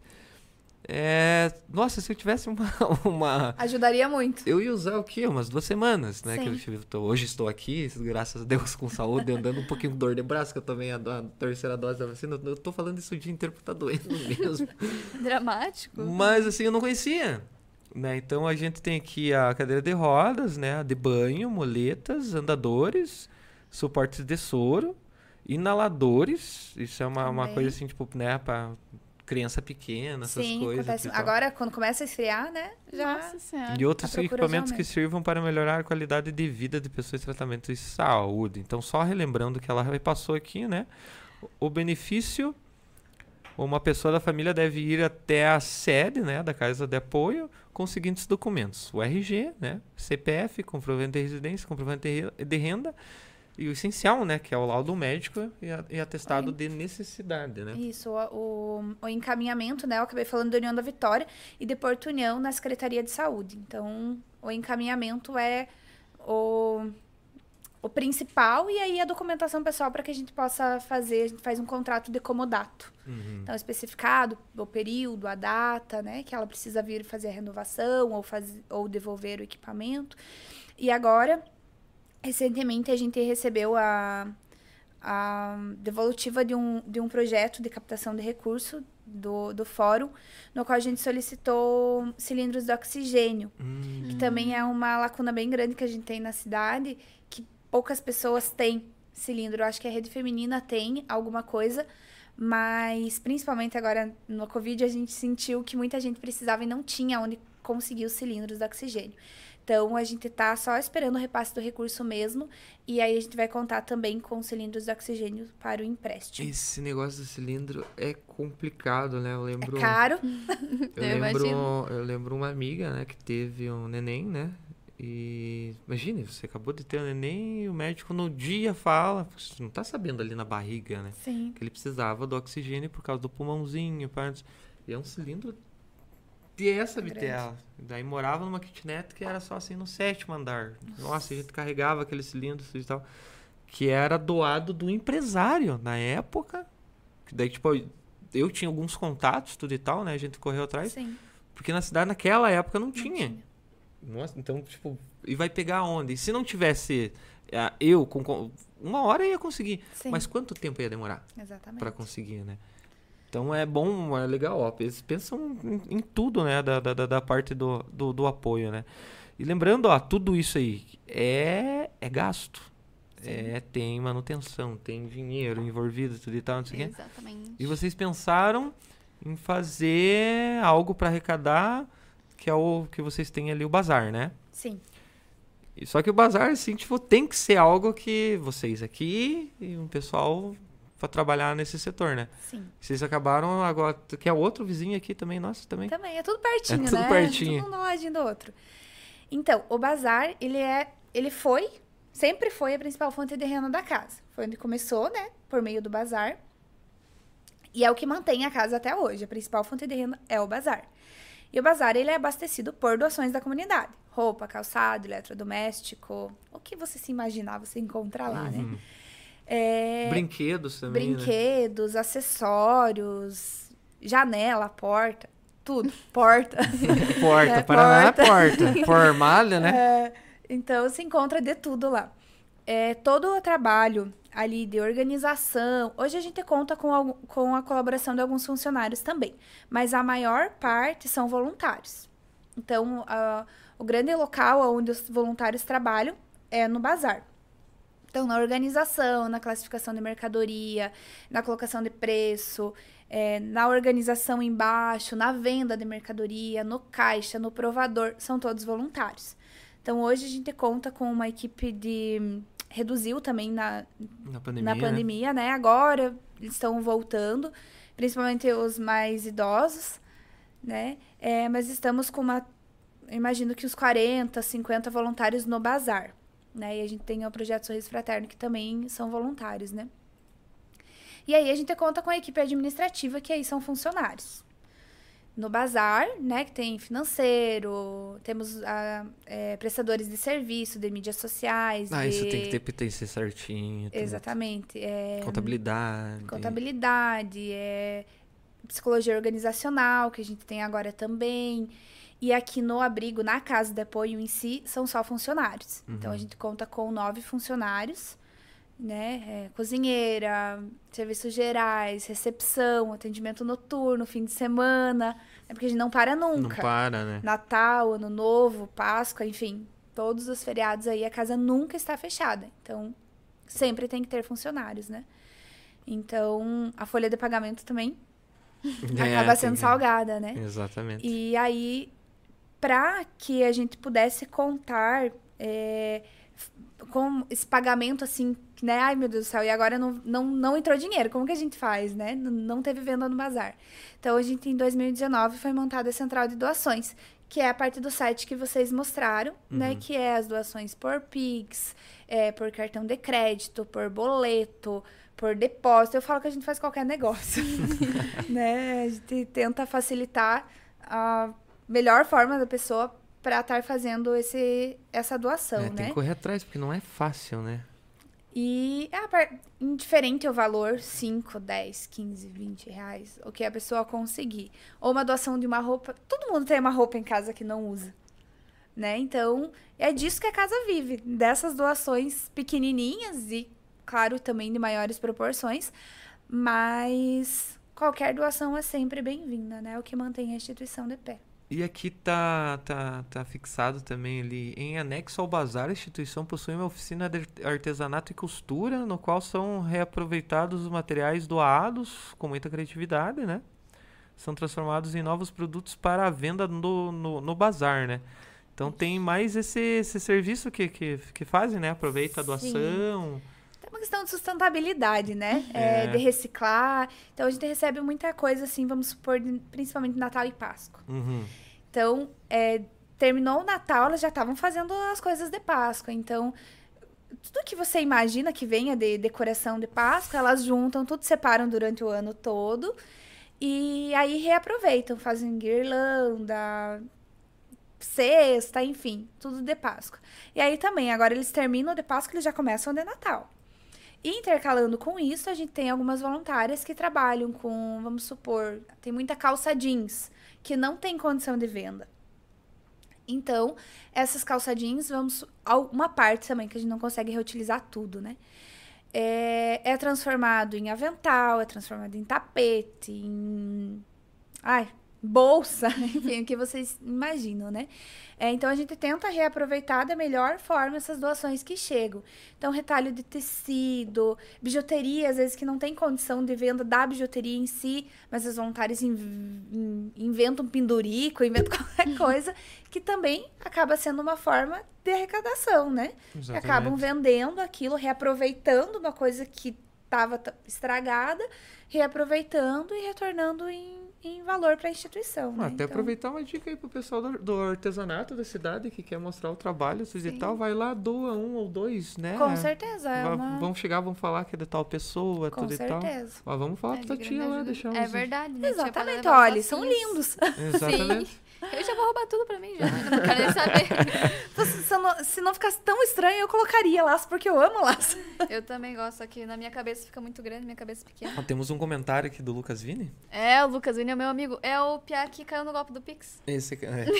É, nossa, se eu tivesse uma, uma... Ajudaria muito. Eu ia usar o quê? Umas duas semanas, né? Sim. Que eu tive, tô, hoje estou aqui, graças a Deus, com saúde, andando um pouquinho com dor de braço, que eu tomei a, a terceira dose da vacina. Eu tô falando isso o dia inteiro porque tá doendo mesmo. Dramático. Mas, assim, eu não conhecia. Né? Então, a gente tem aqui a cadeira de rodas, né? A de banho, muletas, andadores, suportes de soro, inaladores. Isso é uma, uma coisa assim, tipo, né? Pra criança pequena, essas Sim, coisas. acontece. e tal. Agora, quando começa a esfriar, né? Já... Nossa Senhora. E outros A procura equipamentos já que aumenta. sirvam para melhorar a qualidade de vida de pessoas em tratamento de saúde. Então, só relembrando que ela passou aqui, né? O benefício, uma pessoa da família deve ir até a sede, né, da casa de apoio com os seguintes documentos. O R G, né? C P F, comprovante de residência, comprovante de re- de renda. E o essencial, né? Que é o laudo médico e, a, e atestado Aí. de necessidade, né? Isso, o, o, o encaminhamento, né? Eu acabei falando da União da Vitória e de Porto União na Secretaria de Saúde. Então, o encaminhamento é o, o principal e aí a documentação pessoal para que a gente possa fazer, a gente faz um contrato de comodato. Uhum. Então, especificado o período, a data, né? Que ela precisa vir fazer a renovação ou, faz, ou devolver o equipamento. E agora, recentemente, a gente recebeu a... a devolutiva de um, de um projeto de captação de recurso do, do fórum, no qual a gente solicitou cilindros de oxigênio, Hum. que também é uma lacuna bem grande que a gente tem na cidade, que poucas pessoas têm cilindro. Eu acho que a rede feminina tem alguma coisa, mas principalmente agora no Covid a gente sentiu que muita gente precisava e não tinha onde conseguir os cilindros de oxigênio. Então, a gente tá só esperando o repasse do recurso mesmo. E aí, a gente vai contar também com cilindros de oxigênio para o empréstimo. Esse negócio do cilindro é complicado, né? Eu lembro... É caro. Eu, Eu lembro, imagino. eu lembro uma amiga, né, que teve um neném, né? E imagine, você acabou de ter um neném e o médico no dia fala, você não tá sabendo ali na barriga, né? Sim. Que ele precisava do oxigênio por causa do pulmãozinho, partes. E é um cilindro de essa Grande. bitela. Daí morava numa kitnet que era só assim no sétimo andar. Nossa, a gente carregava aquele cilindro e tal. Que era doado do empresário na época. Que daí, tipo, eu tinha alguns contatos, tudo e tal, né? A gente correu atrás. Sim. Porque na cidade, naquela época, não Não tinha. tinha. Nossa, então, tipo, e vai pegar onde? E se não tivesse ah, eu, com, com- uma hora eu ia conseguir. Sim. Mas quanto tempo ia demorar Exatamente. pra conseguir, né? Então é bom, é legal, ó. Eles pensam em, em tudo, né? Da, da, da- da parte do, do, do apoio, né? E lembrando, ó, tudo isso aí é, é gasto. É, tem manutenção, tem dinheiro envolvido, tudo e tal, não sei o quê. Exatamente. E vocês pensaram em fazer algo para arrecadar que é o que vocês têm ali, o bazar, né? Sim. E só que o bazar, assim, tipo, tem que ser algo que vocês aqui e um pessoal para trabalhar nesse setor, né? Sim. Vocês acabaram agora, que é outro vizinho aqui também, nossa, também. Também, é tudo pertinho, É tudo né? pertinho. Tudo um ladinho do outro. Então, o bazar, ele é, ele foi, sempre foi a principal fonte de renda da casa. Foi onde começou, né? Por meio do bazar. E é o que mantém a casa até hoje. A principal fonte de renda é o bazar. E o bazar, ele é abastecido por doações da comunidade. Roupa, calçado, eletrodoméstico. O que você se imaginar, você encontra lá, né? Uhum. É, Brinquedos também, né? brinquedos, acessórios, janela, porta, tudo. Porta. Porta, É, Paraná porta. é porta. Formalha, né? É, então, se encontra de tudo lá. É, todo o trabalho ali de organização. Hoje a gente conta com, algum- com a colaboração de alguns funcionários também. Mas a maior parte são voluntários. Então, a- o grande local onde os voluntários trabalham é no bazar. Então, na organização, na classificação de mercadoria, na colocação de preço, é, na organização embaixo, na venda de mercadoria, no caixa, no provador, são todos voluntários. Então, hoje a gente conta com uma equipe de... Reduziu também na, Na pandemia, na né? pandemia, né? Agora eles estão voltando, principalmente os mais idosos, né? É, mas estamos com uma... Eu imagino que uns quarenta, cinquenta voluntários no bazar, né? E a gente tem o projeto Sorriso Fraterno, que também são voluntários, né? E aí a gente conta com a equipe administrativa, que aí são funcionários. No bazar, né, que tem financeiro, temos ah, é, prestadores de serviço, de mídias sociais. Ah, de... isso tem que ter P T C certinho. tudo. Exatamente. É, Contabilidade. contabilidade, é, psicologia organizacional, que a gente tem agora também. E aqui no abrigo, na casa de apoio em si, são só funcionários. Então, a gente conta com nove funcionários, né? É, cozinheira, serviços gerais, recepção, atendimento noturno, fim de semana. É porque a gente não para Não nunca. para, né? Natal, Ano Novo, Páscoa, enfim. Todos os feriados aí, a casa nunca está fechada. Então, sempre tem que ter funcionários, né? Então, a folha de pagamento também É, acaba tem sendo que- salgada, né? Exatamente. E aí, para que a gente pudesse contar é, f- com esse pagamento assim, né? Ai, meu Deus do céu, e agora não, não, não entrou dinheiro, como que a gente faz, né? N- Não teve venda no bazar. Então, a gente, em dois mil e dezenove, foi montada a central de doações, que é a parte do site que vocês mostraram, né? Que é as doações por Pix, é, por cartão de crédito, por boleto, por depósito. Eu falo que a gente faz qualquer negócio, né? A gente tenta facilitar a melhor forma da pessoa para estar fazendo esse, essa doação, É, né? tem que correr atrás, porque não é fácil, né? E é a par- indiferente o valor, cinco, dez, quinze, vinte reais, o que a pessoa conseguir. Ou uma doação de uma roupa. Todo mundo tem uma roupa em casa que não usa, né? Então, é disso que a casa vive. Dessas doações pequenininhas e, claro, também de maiores proporções. Mas qualquer doação é sempre bem-vinda, né? É o que mantém a instituição de pé. E aqui tá, tá, tá fixado também ali, em anexo ao bazar, a instituição possui uma oficina de artesanato e costura, no qual são reaproveitados os materiais doados com muita criatividade, né? São transformados em novos produtos para a venda no, no, no bazar, né? Então tem mais esse, esse serviço que, que, que fazem, né? Aproveita a doação. É uma questão de sustentabilidade, né? É, É. de reciclar. Então, a gente recebe muita coisa, assim, vamos supor, de- principalmente Natal e Páscoa. Uhum. Então, é, terminou o Natal, elas já estavam fazendo as coisas de Páscoa. Então, tudo que você imagina que venha de decoração de Páscoa, elas juntam, tudo separam durante o ano todo. E aí reaproveitam, fazem guirlanda, cesta, enfim, tudo de Páscoa. E aí também, agora eles terminam de Páscoa, eles já começam de Natal. E intercalando com isso, a gente tem algumas voluntárias que trabalham com, vamos supor, tem muita calça jeans, que não tem condição de venda. Então, essas calça jeans, vamos, uma parte também, que a gente não consegue reutilizar tudo, né? É, é transformado em avental, é transformado em tapete, em... Ai, bolsa, enfim, o que vocês imaginam, né? É, então, a gente tenta reaproveitar da melhor forma essas doações que chegam. Então, retalho de tecido, bijuteria, às vezes que não tem condição de venda da bijuteria em si, mas os voluntários in- inventam um pendurico, inventam qualquer coisa, que também acaba sendo uma forma de arrecadação, né? Exatamente. Acabam vendendo aquilo, reaproveitando uma coisa que estava estragada, reaproveitando e retornando em, em valor para a instituição. Né? Até Então, aproveitar uma dica aí pro pessoal do, do artesanato da cidade que quer mostrar o trabalho e Sim. tal, vai lá, doa um ou dois, né? com certeza. É Va- uma... Vão chegar, vão falar que é de tal pessoa, Com tudo e tal. certeza. Mas vamos falar É pra tua de tia grande lá, ajuda. deixar É uns... verdade, né? Exatamente, Tinha olha, são facinhos. lindos. Exatamente. Eu já vou roubar tudo pra mim, já. Eu não quero nem saber. Então, se, se não, se não ficasse tão estranho, eu colocaria laço, porque eu amo laço. Eu também gosto, só que na minha cabeça fica muito grande, minha cabeça é pequena. Ah, temos um comentário aqui do Lucas Vini. É, o Lucas Vini é meu amigo. É o Piá que caiu no golpe do Pix. Esse aqui, é.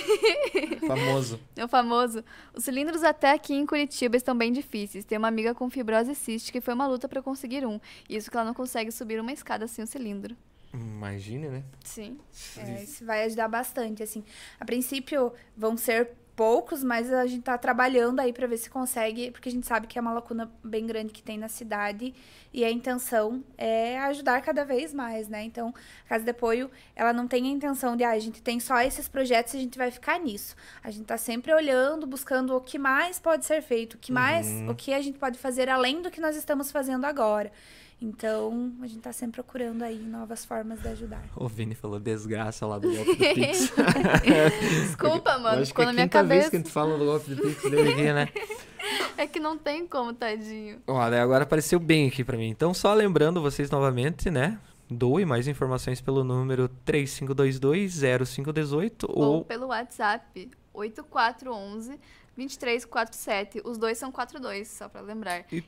Famoso. É o famoso. Os cilindros até aqui em Curitiba estão bem difíceis. Tem uma amiga com fibrose cística e foi uma luta pra conseguir um. Isso que ela não consegue subir uma escada sem o cilindro. Imagine, né? Sim. É, isso vai ajudar bastante, assim. A princípio, vão ser poucos, mas a gente tá trabalhando aí pra ver se consegue, porque a gente sabe que é uma lacuna bem grande que tem na cidade e a intenção é ajudar cada vez mais, né? Então, a Casa de Apoio, ela não tem a intenção de, ah, a gente tem só esses projetos e a gente vai ficar nisso. A gente tá sempre olhando, buscando o que mais pode ser feito, o que mais, Uhum. o que a gente pode fazer além do que nós estamos fazendo agora. Então, a gente tá sempre procurando aí novas formas de ajudar. O Vini falou desgraça lá do golpe do Pix. Desculpa, mano. Acho que Ficou é na a minha quinta vez cabeça. que a gente fala do golpe do Pix dele aqui, né? É que não tem como, tadinho. Olha, agora apareceu bem aqui pra mim. Então, só lembrando vocês novamente, né? Doe mais informações pelo número três cinco dois dois, zero cinco um oito Ou ou... pelo WhatsApp, oito quatro um um, dois três quatro sete. Os dois são quatro dois, só pra lembrar. E-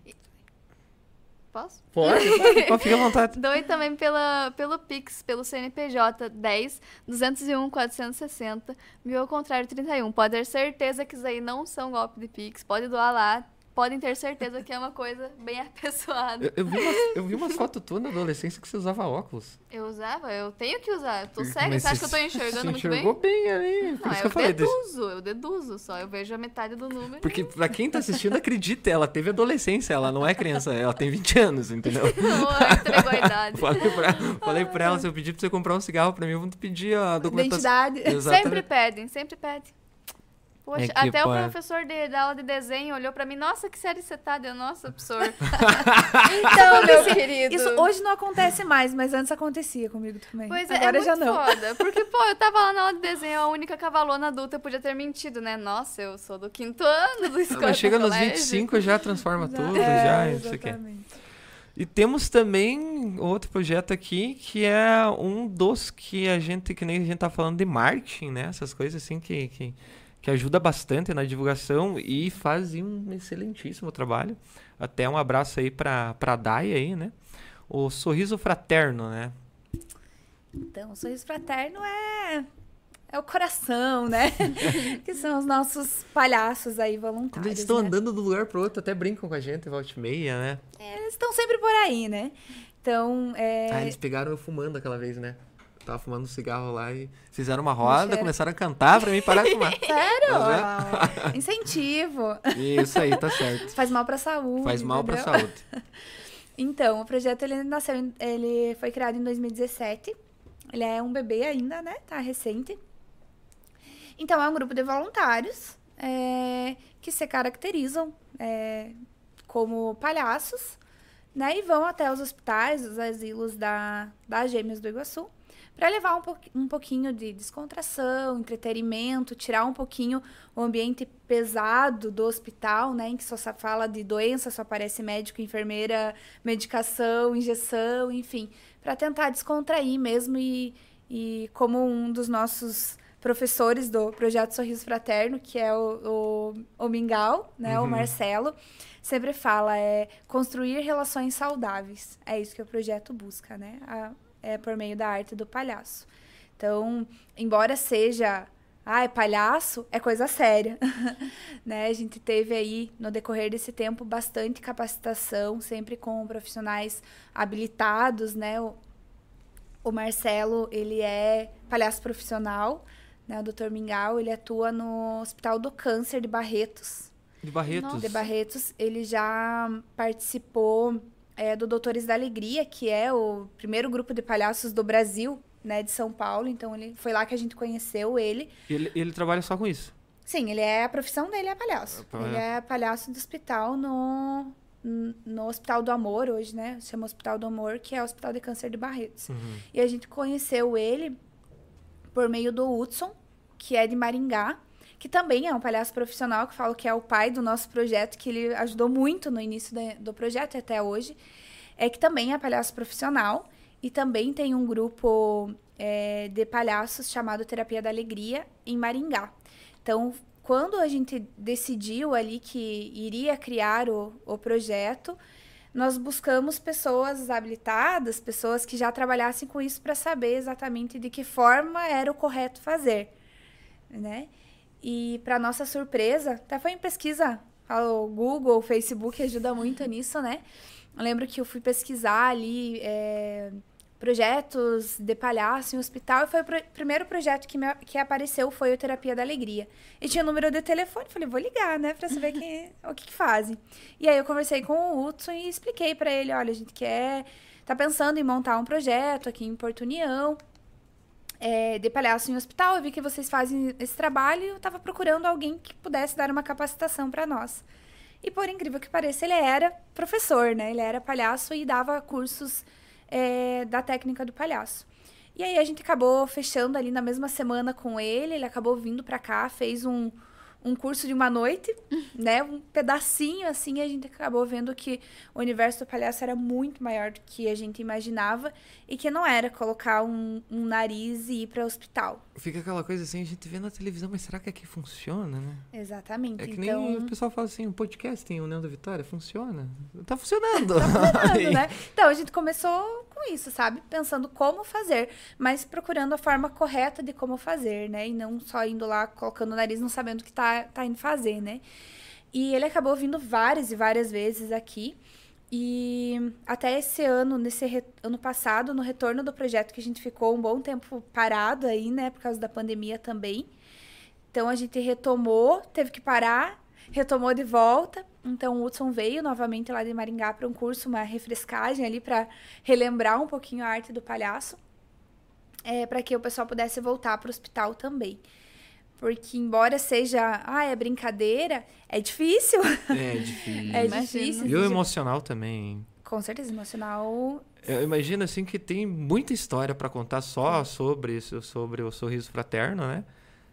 Posso? Pode, pode, pode, fica à vontade. Doe também pela, pelo Pix, pelo C N P J dez, duzentos e um, quatrocentos e sessenta, mil ao contrário, trinta e um. Pode ter certeza que isso aí não são golpe de Pix. Pode doar lá. Podem ter certeza que é uma coisa bem apessoada. Eu, eu vi umas, eu vi umas fotos tuas na adolescência que você usava óculos. Eu usava, eu tenho que usar. Eu tô cega, Mas você acha que eu tô enxergando você muito bem? enxergou bem ali, por Não, isso que eu eu falei. desse- deduzo, eu deduzo só. Eu vejo a metade do número. Porque pra quem tá assistindo, acredita, ela teve adolescência, ela não é criança, ela tem vinte anos, entendeu? Não, entregou a idade. Falei pra, falei pra ela, se eu pedir pra você comprar um cigarro pra mim, eu vou te pedir a documentação. Identidade. Exatamente. Sempre pedem, sempre pedem. Poxa, É que, até pô, o é. professor de, da aula de desenho olhou pra mim, nossa, que série você tá? Deu, nossa, professor. Então, meu assim, querido. isso hoje não acontece mais, mas antes acontecia comigo também. Pois é, Agora é já muito não. foda. Porque, pô, eu tava lá na aula de desenho, a única cavalona adulta, eu podia ter mentido, né? Nossa, eu sou do quinto ano do Ah, escola. mas chega do nos colégio. vinte e cinco já transforma tudo, É, já, isso aqui. exatamente. E temos também outro projeto aqui, que é um dos que a gente, que nem a gente tá falando de marketing, né? Essas coisas assim que, que, que ajuda bastante na divulgação e fazem um excelentíssimo trabalho. Até um abraço aí pra, pra Dai aí, né? O Sorriso Fraterno, né? Então, o Sorriso Fraterno é, é o coração, né? Que são os nossos palhaços aí voluntários. Quando eles estão né? andando de um lugar pro outro, até brincam com a gente, volta e meia, né? É, eles estão sempre por aí, né? Então, é... Ah, eles pegaram eu fumando aquela vez, né? Eu tava fumando um cigarro lá e fizeram uma roda, Cheiro. começaram a cantar pra mim parar de fumar. Sério? Mas Ah, incentivo. Isso aí, tá certo. Faz mal pra saúde. Faz mal pra entendeu? saúde. Então, o projeto ele nasceu, em- ele foi criado em dois mil e dezessete. Ele é um bebê ainda, né? Tá recente. Então, é um grupo de voluntários é, que se caracterizam é, como palhaços, né? E vão até os hospitais, os asilos da, da Gêmeos do Iguaçu, para levar um, po um pouquinho de descontração, entretenimento, tirar um pouquinho o ambiente pesado do hospital, né? Em que só se fala de doença, só aparece médico, enfermeira, medicação, injeção, enfim, para tentar descontrair mesmo e, e como um dos nossos professores do Projeto Sorriso Fraterno, que é o, o, o Mingau, né? Uhum. O Marcelo, sempre fala, é construir relações saudáveis. É isso que o projeto busca, né? A, é por meio da arte do palhaço. Então, embora seja... Ah, palhaço é coisa séria. Né? A gente teve aí, no decorrer desse tempo, bastante capacitação, sempre com profissionais habilitados, né? O, o Marcelo, ele é palhaço profissional, né? O doutor Mingau, ele atua no Hospital do Câncer de Barretos. De Barretos. De Barretos, ele já participou é, do Doutores da Alegria, que é o primeiro grupo de palhaços do Brasil, né, de São Paulo. Então, ele foi lá que a gente conheceu ele. E ele, ele trabalha só com isso? Sim, ele é, a profissão dele é palhaço. Ah, ele é palhaço do hospital no, no Hospital do Amor, hoje, né? Se chama Hospital do Amor, que é o Hospital de Câncer de Barretos. Uhum. E a gente conheceu ele por meio do Hudson, que é de Maringá, que também é um palhaço profissional, que falo que é o pai do nosso projeto, que ele ajudou muito no início de, do projeto e até hoje, é que também é palhaço profissional e também tem um grupo é, de palhaços chamado Terapia da Alegria em Maringá. Então, quando a gente decidiu ali que iria criar o, o projeto, nós buscamos pessoas habilitadas, pessoas que já trabalhassem com isso para saber exatamente de que forma era o correto fazer, né? E, para nossa surpresa, até foi em pesquisa, o Google, o Facebook ajuda muito nisso, né? Eu lembro que eu fui pesquisar ali é, projetos de palhaço em hospital, e foi o pro, primeiro projeto que, me, que apareceu foi o Terapia da Alegria. E tinha o número de telefone, falei, vou ligar, né, para saber quem, o que, que fazem. E aí eu conversei com o Hudson e expliquei para ele, olha, a gente quer, tá pensando em montar um projeto aqui em Porto União, É, de palhaço em hospital. Eu vi que vocês fazem esse trabalho e eu estava procurando alguém que pudesse dar uma capacitação para nós. E, por incrível que pareça, ele era professor, né? Ele era palhaço e dava cursos é, da técnica do palhaço. E aí a gente acabou fechando ali na mesma semana com ele, ele acabou vindo para cá, fez um, um curso de uma noite, né? Um pedacinho, assim, e a gente acabou vendo que o universo do palhaço era muito maior do que a gente imaginava e que não era colocar um, um nariz e ir para o hospital. Fica aquela coisa assim, a gente vê na televisão, mas será que aqui funciona, né? Exatamente. É que então... nem o pessoal fala assim, o podcast tem o União da Vitória, funciona. Tá funcionando. Tá funcionando, né? Então, a gente começou com isso, sabe? Pensando como fazer, mas procurando a forma correta de como fazer, né? E não só indo lá, colocando o nariz, não sabendo o que tá, tá indo fazer, né? E ele acabou vindo várias e várias vezes aqui. E até esse ano, nesse re... ano passado, no retorno do projeto, que a gente ficou um bom tempo parado aí, né? Por causa da pandemia também. Então, a gente retomou, teve que parar, retomou de volta. Então, o Hudson veio novamente lá de Maringá para um curso, uma refrescagem ali para relembrar um pouquinho a arte do palhaço, é, para que o pessoal pudesse voltar para o hospital também. Porque, embora seja, ah, é brincadeira, é difícil. É difícil. É Imagino. difícil. E o emocional também. Com certeza, emocional. Eu imagino, assim, que tem muita história para contar só sobre isso, sobre o Sorriso Fraterno, né?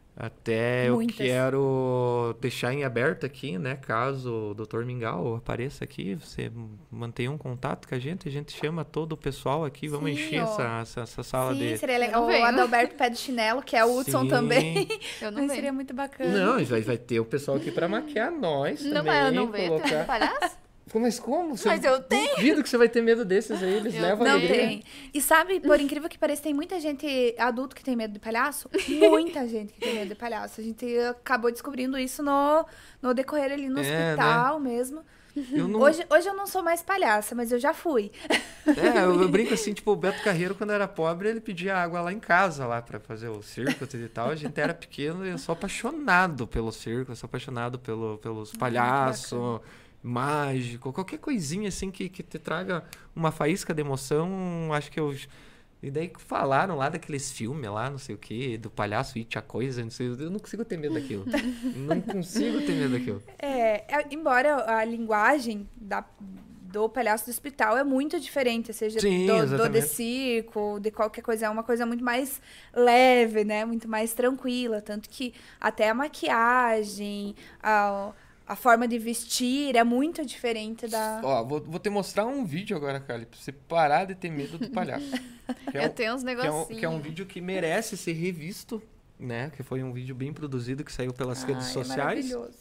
Até Muitas. eu quero deixar em aberto aqui, né? Caso o doutor Mingau apareça aqui, você mantenha um contato com a gente, a gente chama todo o pessoal aqui, vamos Sim, encher ó. essa, essa, essa sala Sim, de... seria legal. Eu O venho. Adalberto Pé de Chinelo, que é o Hudson Sim. também. Eu não Mas vejo. seria muito bacana. Não, e vai, vai ter o pessoal aqui para maquiar nós Não, também. mas eu não vejo. colocar... Tem palhaço? Mas como? Você... Mas eu tenho. Duvido que você vai ter medo desses aí, eles Eu levam Não alegria. tem. E sabe, por incrível que pareça, tem muita gente adulto que tem medo de palhaço. Muita gente que tem medo de palhaço. A gente acabou descobrindo isso no, no decorrer ali no É, hospital mesmo. Eu não... Hoje, hoje eu não sou mais palhaça, mas eu já fui. É, eu, eu brinco assim, tipo, o Beto Carreiro, quando era pobre, ele pedia água lá em casa, lá pra fazer o circo e tal. A gente era pequeno e eu sou apaixonado pelo circo, eu sou apaixonado pelo, pelos palhaços, mágico, qualquer coisinha assim que, que te traga uma faísca de emoção, acho que eu... E daí falaram lá daqueles filmes lá, não sei o que, do palhaço It, a coisa, não sei, eu não consigo ter medo daquilo. Não consigo ter medo daquilo. É, é, embora a linguagem da, do palhaço do hospital é muito diferente, seja Sim, do, do exatamente. de circo, de qualquer coisa, é uma coisa muito mais leve, né? Muito mais tranquila, tanto que até a maquiagem, a, a forma de vestir é muito diferente da... Ó, vou, vou te mostrar um vídeo agora, Kali, pra você parar de ter medo do palhaço. Que é Eu um- tenho uns que é, um, negocinhos. que é um vídeo que merece ser revisto, né? Que foi um vídeo bem produzido, que saiu pelas redes Ai, é sociais. maravilhoso.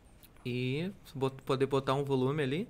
E bot- poder botar um volume ali.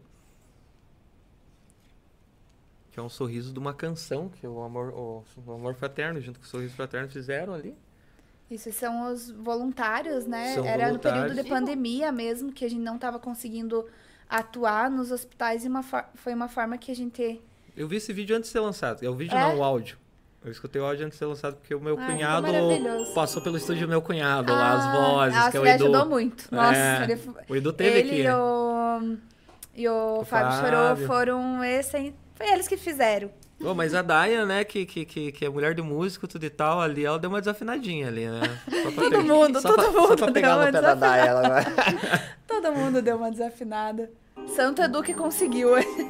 Que é um sorriso de uma canção que o Amor, o, o Amor Fraterno, junto com o Sorriso Fraterno, fizeram ali. Isso são os voluntários, né? São Era voluntários. no período de pandemia mesmo, que a gente não estava conseguindo atuar nos hospitais e uma for- foi uma forma que a gente... Eu vi esse vídeo antes de ser lançado. É o vídeo É? não, o áudio. Eu escutei o áudio antes de ser lançado porque o meu Ai, cunhado ficou maravilhoso. passou pelo estúdio do meu cunhado lá, as vozes, nossa, que é o ele Edu. ajudou muito. Nossa, É, ele, o Edu teve ele aqui. e o, e o, O Fábio Fábio. Chorou foram esse, foi eles que fizeram. Pô, mas a Daia, né, que, que, que, que é mulher de músico, tudo e tal, ali ela deu uma desafinadinha ali, né? Só pra Todo pegar- mundo, só todo pra, mundo Só pra deu pegar uma no pé da Daia, ela vai. Todo mundo deu uma desafinada. Santo Edu que conseguiu.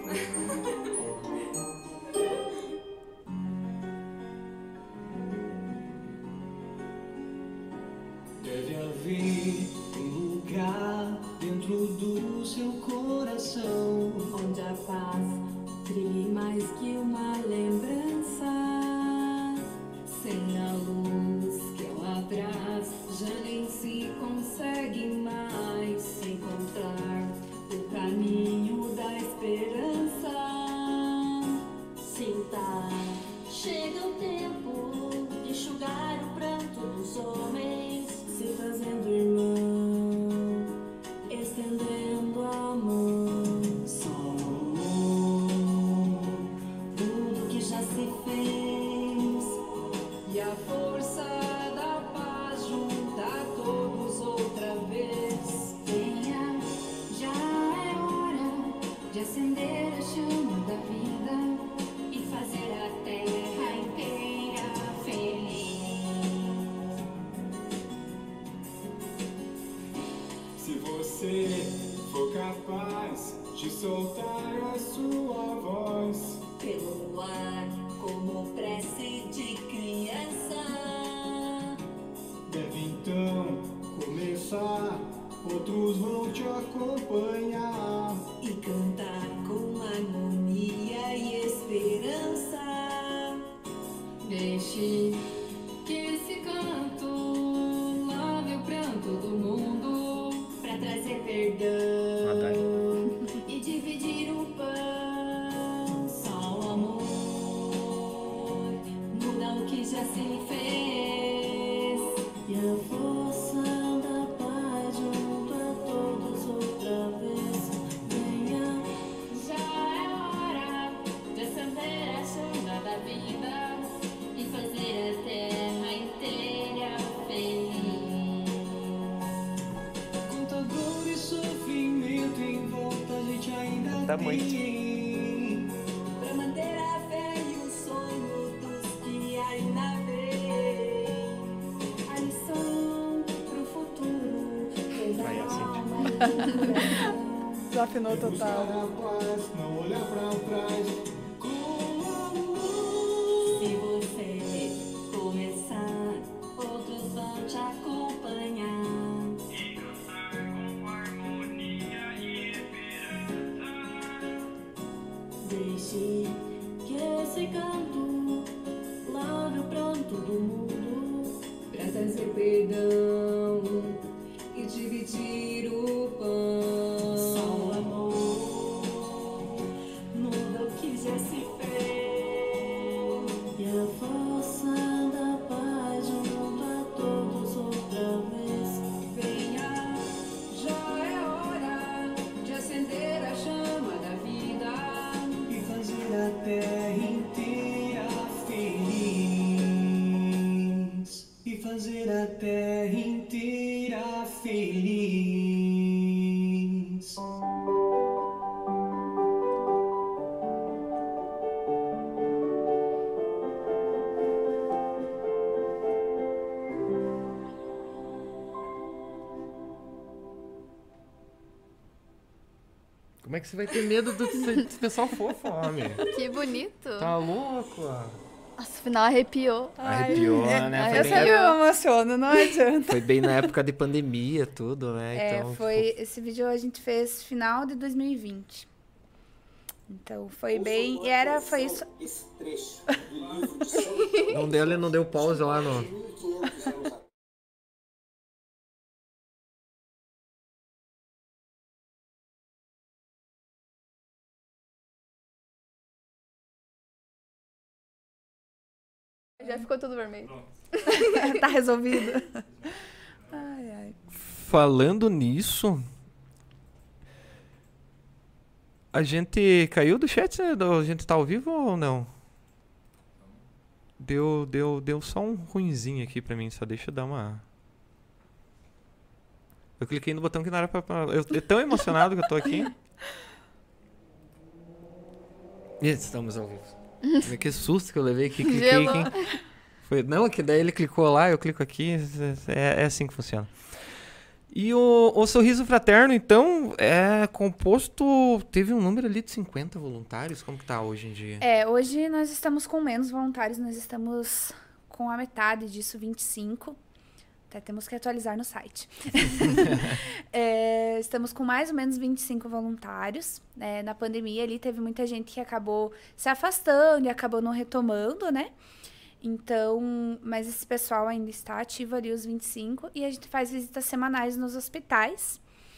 Deve haver um lugar dentro do seu coração onde a paz brilhe mais que uma lembrança. Sem a luz que ela traz, já nem se consegue mais encontrar o caminho da esperança. Sinta, chega o tempo de enxugar o pranto dos homens, se fazendo irmão, estendendo a mão. Só amor, tudo que já se fez, e a força da paz junta a todos outra vez. Venha, já é hora de acender a chama da vida e fazer a terra inteira feliz. Se você for capaz de soltar a sua voz, Pelo ar, como prece de criança, deve então começar. Outros vão te acompanhar. e cantar com harmonia e esperança. Deixe que esse canto lave o pranto do mundo, pra trazer perdão e dividir o pão. Só o amor muda o que já se fez, e a força da paz junto a todos outra vez. Venha, já é hora de acender a chama da vida e fazer a terra inteira feliz. Com dor e sofrimento em volta, a gente ainda Tá tem. muito. Pra manter a fé e o sonho dos que ainda vêm, a lição pro futuro fez a Vai, assim. alma e o coração. Desafinou Buscar total. a paz, não olhar pra trás. Com amor. Se você começar, outros vão te acompanhar. Deixe que esse canto lave o pranto do mundo, pra trazer perdão e dividir o pão. Só o amor muda o que já se fez, e a força da paz junto a todos outra vez. Venha, já é hora de acender a chama da vida E fazer a terra inteira feliz. E fazer a terra inteira feliz. Como é que você vai ter medo do desse pessoal fofo, homem? Que bonito. Tá louco? Nossa, o final arrepiou. Arrepiou, Ai, né? é, Foi eu bem, sempre me emociono, não adianta. foi bem na época de pandemia, tudo, né? É, Então, foi, esse vídeo a gente fez final de dois mil e vinte. Então foi bem, e era, foi isso. Esse trecho do livro de São tipo, não deu, ele não deu pause lá no... mil e quinhentos anos atrás. Já ficou tudo vermelho. Tá resolvido. Ai, ai. Falando nisso, a gente caiu do chat, né? Do- A gente tá ao vivo ou não? Deu, deu, deu só um ruinzinho aqui pra mim, só deixa eu dar uma... Eu cliquei no botão que não era pra... pra- Eu tô tão emocionado que eu tô aqui. E estamos ao vivo. Que susto que eu levei aqui, cliquei Gelou. aqui. Foi, não, que daí ele clicou lá, eu clico aqui, é, é assim que funciona. E o, o Sorriso Fraterno, então, é composto... Teve um número ali de cinquenta voluntários, como que tá hoje em dia? É, hoje nós estamos com menos voluntários, nós estamos com a metade disso, vinte e cinco. Até temos que atualizar no site. É, estamos com mais ou menos vinte e cinco voluntários. É, na pandemia ali teve muita gente que acabou se afastando e acabou não retomando, né? Então, mas esse pessoal ainda está ativo ali, os vinte e cinco, e a gente faz visitas semanais nos hospitais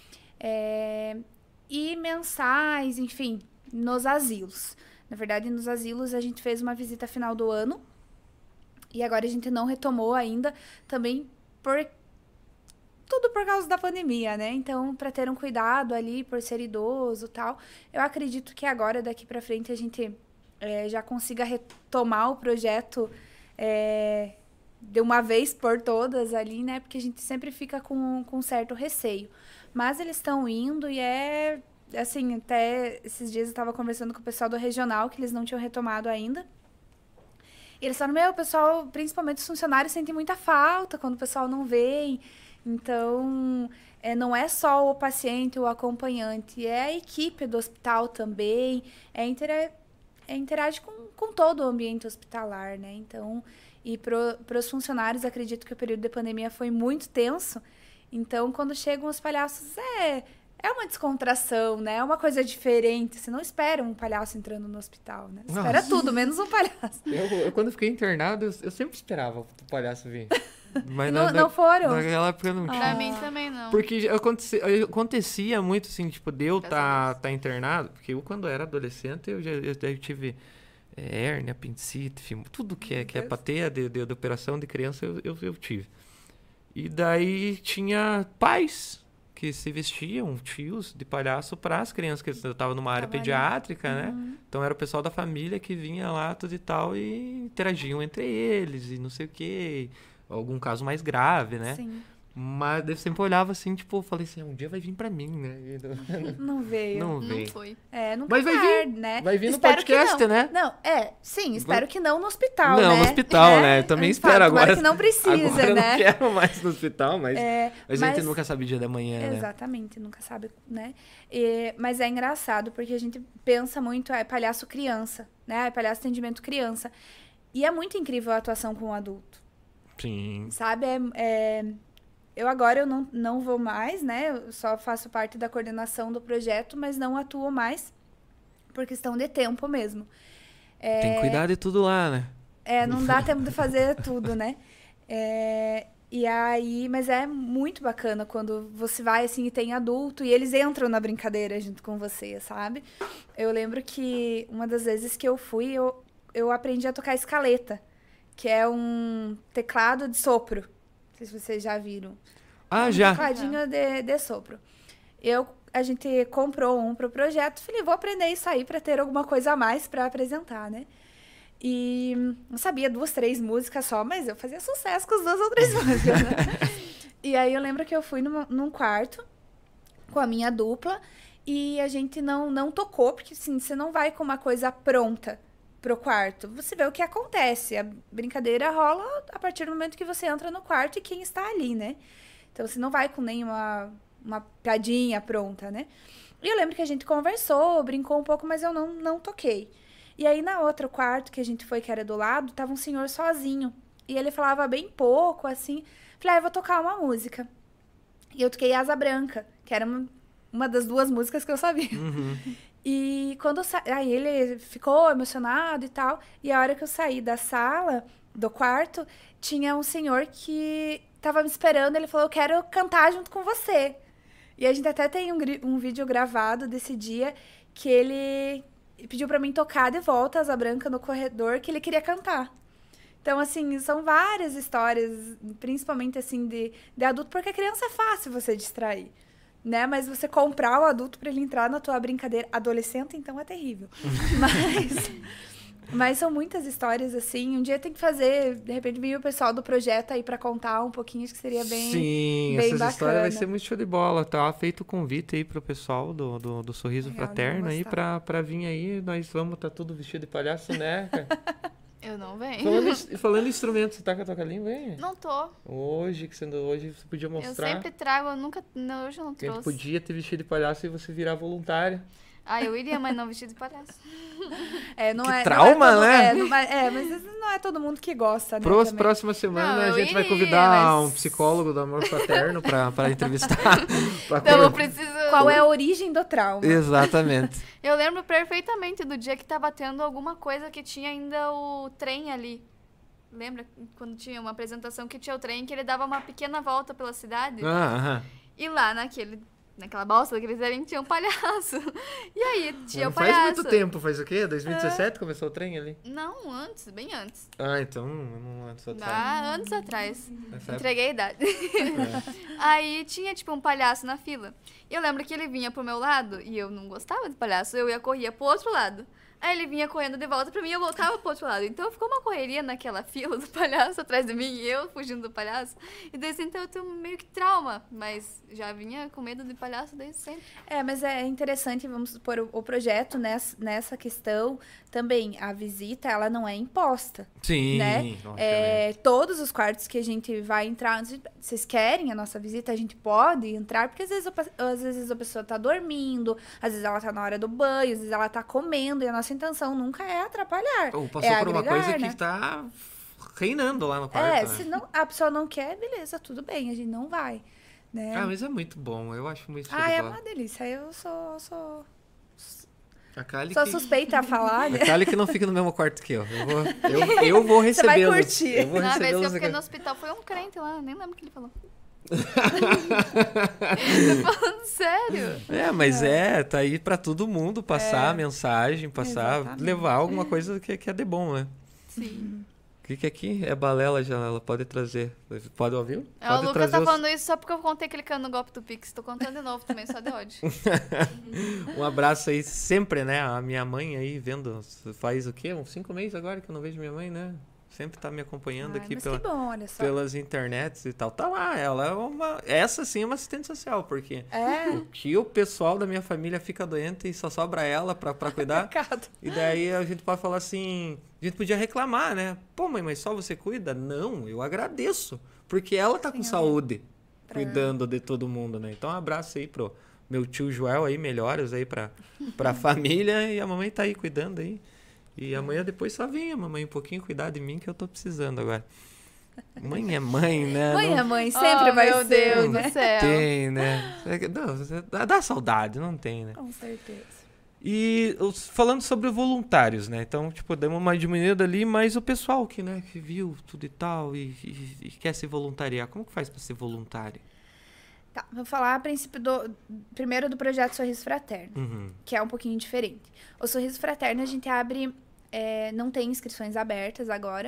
é, e mensais, enfim, nos asilos. Na verdade, nos asilos a gente fez uma visita final do ano e agora a gente não retomou ainda, também por tudo por causa da pandemia, né? Então, para ter um cuidado ali, por ser idoso e tal, eu acredito que agora, daqui para frente, a gente é, já consiga retomar o projeto é, de uma vez por todas ali, né? Porque a gente sempre fica com, com certo receio. Mas eles estão indo e é... Assim, até esses dias eu estava conversando com o pessoal do regional, que eles não tinham retomado ainda. E eles falaram, meu, o pessoal, principalmente os funcionários, sentem muita falta quando o pessoal não vem. Então, é, não é só o paciente, o acompanhante, é a equipe do hospital também, é, intera é interage com, com todo o ambiente hospitalar, né? Então, e para os funcionários, acredito que o período de pandemia foi muito tenso. Então, quando chegam os palhaços, é, é uma descontração, né? É uma coisa diferente. Você não espera um palhaço entrando no hospital, né? Você espera Nossa. tudo, menos um palhaço. Eu, eu, quando fiquei internado, eu, eu sempre esperava o palhaço vir. Mas Não- na- não foram? Naquela época eu não tinha. Pra mim também não. Porque acontecia, acontecia muito assim, tipo, de eu Graças a tá, Deus. tá internado. Porque eu, quando era adolescente, eu já eu, eu tive é, hérnia, apendicite, enfim, tudo que é, que é pra ter de, de, de operação de criança, eu, eu, eu tive. E daí tinha pais que se vestiam, tios de palhaço para as crianças, que eu tava numa área Tava ali. pediátrica, né? Então era o pessoal da família que vinha lá, tudo e tal, e interagiam entre eles, e não sei o quê. Algum caso mais grave, né? Sim. Mas eu sempre olhava assim, tipo, eu falei assim, um dia vai vir pra mim, né? E Não veio. não Não veio. foi. É, nunca Mas vai tarde, vir, né? vai vir no Espero que podcast, não. né? Não, é, sim, espero que não no hospital, Não, né? no hospital, É, né? Eu também eu falo, espero tomara agora. que não precisa, Agora eu né? não quero mais no hospital, mas É, a gente mas- nunca sabe o dia da manhã, né? Exatamente, nunca sabe, né? E- mas é engraçado, porque a gente pensa muito, é palhaço criança, né? É palhaço atendimento criança. E é muito incrível a atuação com o adulto, Sim. sabe? É, é- eu agora eu não, não vou mais, né? Eu só faço parte da coordenação do projeto, mas não atuo mais por questão de tempo mesmo. Tem que cuidar de tudo lá, né? É, não dá tempo de fazer tudo, né? É, e aí, mas é muito bacana quando você vai assim e tem adulto e eles entram na brincadeira junto com você, sabe? Eu lembro que uma das vezes que eu fui, eu, eu aprendi a tocar escaleta, que é um teclado de sopro. Não sei se vocês já viram. Ah, um já. tecladinho de, de sopro. Eu, a gente comprou um pro projeto, falei, vou aprender isso aí para ter alguma coisa a mais para apresentar, né? E eu sabia duas, três músicas só, mas eu fazia sucesso com as duas ou três músicas, né? E aí eu lembro que eu fui numa, num quarto com a minha dupla e a gente não, não tocou, porque assim, você não vai com uma coisa pronta pro quarto. Você vê o que acontece. A brincadeira rola a partir do momento que você entra no quarto e quem está ali, né? Então você não vai com nenhuma uma piadinha pronta, né? E eu lembro que a gente conversou, brincou um pouco, mas eu não, não toquei. E aí, na outro quarto que a gente foi, que era do lado, tava um senhor sozinho. E ele falava bem pouco, assim. Falei, ah, eu vou tocar uma música. E eu toquei Asa Branca, que era uma, uma das duas músicas que eu sabia. Uhum. E quando eu sa... aí ele ficou emocionado e tal. E a hora que eu saí da sala, do quarto, tinha um senhor que tava me esperando. Ele falou, eu quero cantar junto com você. E a gente até tem um, gri- um vídeo gravado desse dia que ele pediu pra mim tocar de volta Asa Branca no corredor, que ele queria cantar. Então, assim, são várias histórias, principalmente, assim, de, de adulto, porque a criança é fácil você distrair, né? Mas você comprar o adulto pra ele entrar na tua brincadeira, adolescente, então, é terrível. Mas Mas são muitas histórias, assim. Um dia tem que fazer, de repente, vir o pessoal do projeto aí pra contar um pouquinho, acho que seria bem Sim, bem essas bacana. histórias vai ser muito show de bola. Tá feito o convite aí pro pessoal do, do, do Sorriso Legal, Fraterno vou aí gostar. pra, pra vir aí. Nós vamos tá tudo vestido de palhaço, né, cara? Eu não venho. Falando, em- falando em instrumento, você tá com a tua calinha, vem? Não tô. Hoje, que você, hoje você podia Eu mostrar. sempre trago, eu nunca. Não, hoje eu não Que a gente trouxe. podia ter vestido de palhaço e você virar voluntária. Ah, eu iria, mas não vestido de palhaço. É, não Que é, trauma, não é todo, né? É, não é, é, mas não é todo mundo que gosta, né? Pros, também. próxima semana Não, a eu gente vai iria, convidar mas- um psicólogo do amor fraterno pra, pra entrevistar. pra Então eu cor- preciso. Qual é a origem do trauma? Exatamente. Eu lembro perfeitamente do dia que tava tendo alguma coisa que tinha ainda o trem ali. Lembra quando tinha uma apresentação que tinha o trem, que ele dava uma pequena volta pela cidade? Ah, aham. E lá naquele, naquela bosta daquele trem tinha um palhaço. E aí tinha Não o faz palhaço. muito tempo, faz o quê? dois mil e dezessete começou o trem ali? Não, antes, bem antes. Ah, então não antes atrás. Ah, anos atrás. Nessa época. Entreguei a idade. É. Aí tinha, tipo, um palhaço na fila. E eu lembro que ele vinha pro meu lado e eu não gostava de palhaço. Eu ia corria pro outro lado. Aí ele vinha correndo de volta pra mim e eu voltava pro outro lado. Então ficou uma correria naquela fila do palhaço atrás de mim e eu fugindo do palhaço. E desde então eu tenho meio que trauma. Mas já vinha com medo de palhaço desde sempre. É, mas é interessante, vamos supor, o, o projeto nessa, nessa questão também, a visita, ela não é imposta. Sim, Né? logicamente. É, todos os quartos que a gente vai entrar, vocês querem a nossa visita, a gente pode entrar, porque às vezes, o pa- às vezes a pessoa tá dormindo, às vezes ela tá na hora do banho, às vezes ela tá comendo, e a nossa intenção nunca é atrapalhar. Ou passou é por uma agregar, coisa né? que tá reinando lá no quarto. É, né? se não, a pessoa não quer, beleza, tudo bem, a gente não vai. Né? Ah, mas é muito bom, eu acho muito show Ah, de é bola. uma delícia. Eu sou, sou, A Kali sou que... suspeita a falar, né? A Kali que não fica no mesmo quarto que eu. Eu vou, eu, eu vou Você vai recebê-los. curtir. Eu vou Na vez que eu recebê-los fiquei aqui. no hospital foi um crente lá, nem lembro o que ele falou. Tô falando sério. É, mas é, tá aí pra todo mundo passar a mensagem, passar, Exatamente. levar alguma coisa que, que é de bom, né? Sim. O que, que é aqui? É balela já, ela pode trazer. Pode ouvir? É, o Pode Lucas trazer tá os- falando isso só porque eu contei clicando no golpe do Pix. Tô contando de novo também, só de ódio. Um abraço aí, sempre, né? A minha mãe aí vendo, faz o quê? Uns cinco meses agora que eu não vejo minha mãe, né? Sempre tá me acompanhando Ai, aqui mas pela, que bom, olha só. pelas internets e tal. Tá lá, ela é uma... Essa sim é uma assistente social, porque É, o que o pessoal da minha família fica doente e só sobra ela pra, pra cuidar. pecado. E daí a gente pode falar assim, a gente podia reclamar, né? Pô, mãe, mas só você cuida? Não, eu agradeço, porque ela tá com Sim, saúde, pra- cuidando de todo mundo, né? Então um abraço aí pro meu tio Joel aí, melhoras aí pra, pra família, e a mamãe tá aí cuidando aí. E amanhã depois só vem a mamãe um pouquinho cuidar de mim, que eu tô precisando agora. Mãe é mãe, né? Mãe Não é mãe, sempre Oh, vai meu ser, Deus né? do céu. tem, né? É que- Não, dá- dá saudade, não tem, né? Com certeza. E os- falando sobre voluntários, né? Então, tipo, demos uma diminuída ali, mas o pessoal que, né, que viu tudo e tal e, e- e quer se voluntariar, como que faz pra ser voluntário? Tá, vou falar a princípio do, primeiro do projeto Sorriso Fraterno, Uhum. que é um pouquinho diferente. O Sorriso Fraterno a gente abre, é, não tem inscrições abertas agora.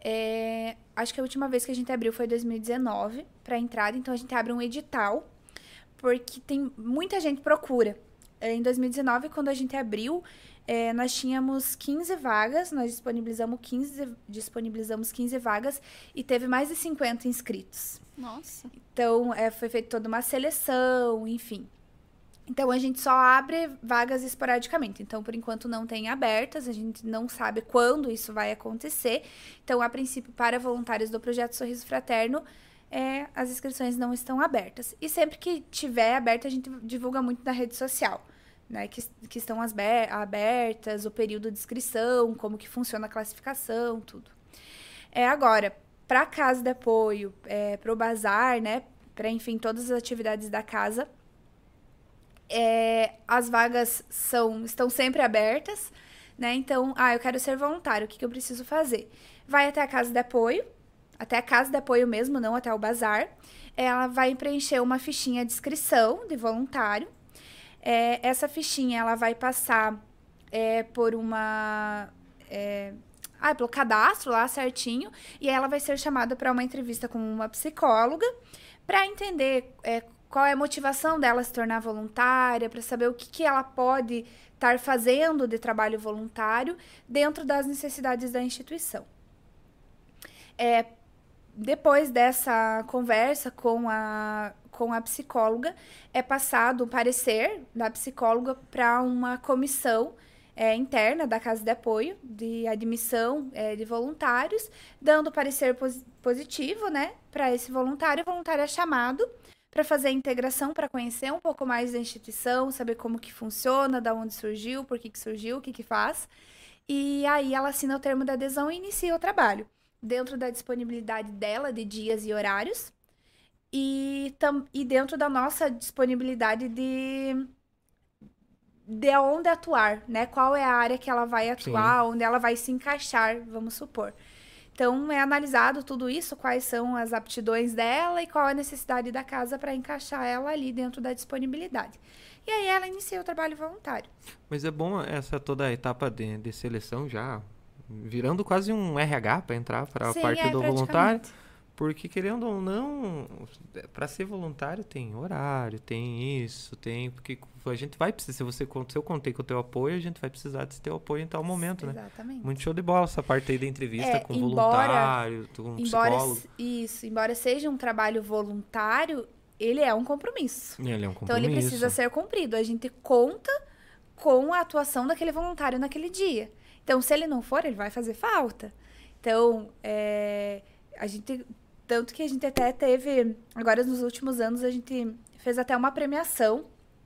É, acho que a última vez que a gente abriu foi em dois mil e dezenove para entrada, então a gente abre um edital, porque tem muita gente procura. É, em dois mil e dezenove, quando a gente abriu, é, nós tínhamos quinze vagas, nós disponibilizamos quinze, disponibilizamos quinze vagas e teve mais de cinquenta inscritos. Nossa. Então, é, foi feita toda uma seleção, enfim. Então, a gente só abre vagas esporadicamente. Então, por enquanto, não tem abertas. A gente não sabe quando isso vai acontecer. Então, a princípio, para voluntários do Projeto Sorriso Fraterno, é, as inscrições não estão abertas. E sempre que tiver aberta, a gente divulga muito na rede social, né? Que, que estão as ber- abertas, o período de inscrição, como que funciona a classificação, tudo. É, agora, para a casa de apoio, é, para o bazar, né? Para, enfim, todas as atividades da casa, é, as vagas são, estão sempre abertas, né? Então, ah, eu quero ser voluntário, o que, que eu preciso fazer? Vai até a casa de apoio, até a casa de apoio mesmo, não até o bazar. Ela vai preencher uma fichinha de inscrição de voluntário. É, essa fichinha, ela vai passar é, por uma... É, ah, pelo cadastro lá certinho, e ela vai ser chamada para uma entrevista com uma psicóloga para entender é, qual é a motivação dela se tornar voluntária, para saber o que, que ela pode estar fazendo de trabalho voluntário dentro das necessidades da instituição. É, depois dessa conversa com a, com a psicóloga, é passado um parecer da psicóloga para uma comissão é, interna da Casa de Apoio de admissão é, de voluntários, dando parecer pos, positivo, né, para esse voluntário. O voluntário é chamado para fazer a integração, para conhecer um pouco mais da instituição, saber como que funciona, da onde surgiu, por que que surgiu, o que que faz. E aí ela assina o termo de adesão e inicia o trabalho, dentro da disponibilidade dela de dias e horários, e, tam, e dentro da nossa disponibilidade de, de onde atuar, né? Qual é a área que ela vai atuar, Sim. onde ela vai se encaixar, vamos supor. Então, é analisado tudo isso, quais são as aptidões dela e qual a necessidade da casa para encaixar ela ali dentro da disponibilidade. E aí ela inicia o trabalho voluntário. Mas é bom essa toda a etapa de, de seleção já, virando quase um R H para entrar para a parte é, do voluntário. Porque, querendo ou não, para ser voluntário tem horário, tem isso, tem... Porque a gente vai precisar, se, você, se eu contei com o teu apoio, a gente vai precisar desse teu apoio em tal momento, Exatamente. né? Exatamente. Muito show de bola essa parte aí da entrevista é, com embora, voluntário, com embora, psicólogo. Isso, embora seja um trabalho voluntário, ele é um compromisso. Ele é um compromisso. Então, ele precisa ser cumprido. A gente conta com a atuação daquele voluntário naquele dia. Então, se ele não for, ele vai fazer falta. Então, é, a gente... Tanto que a gente até teve, agora nos últimos anos, a gente fez até uma premiação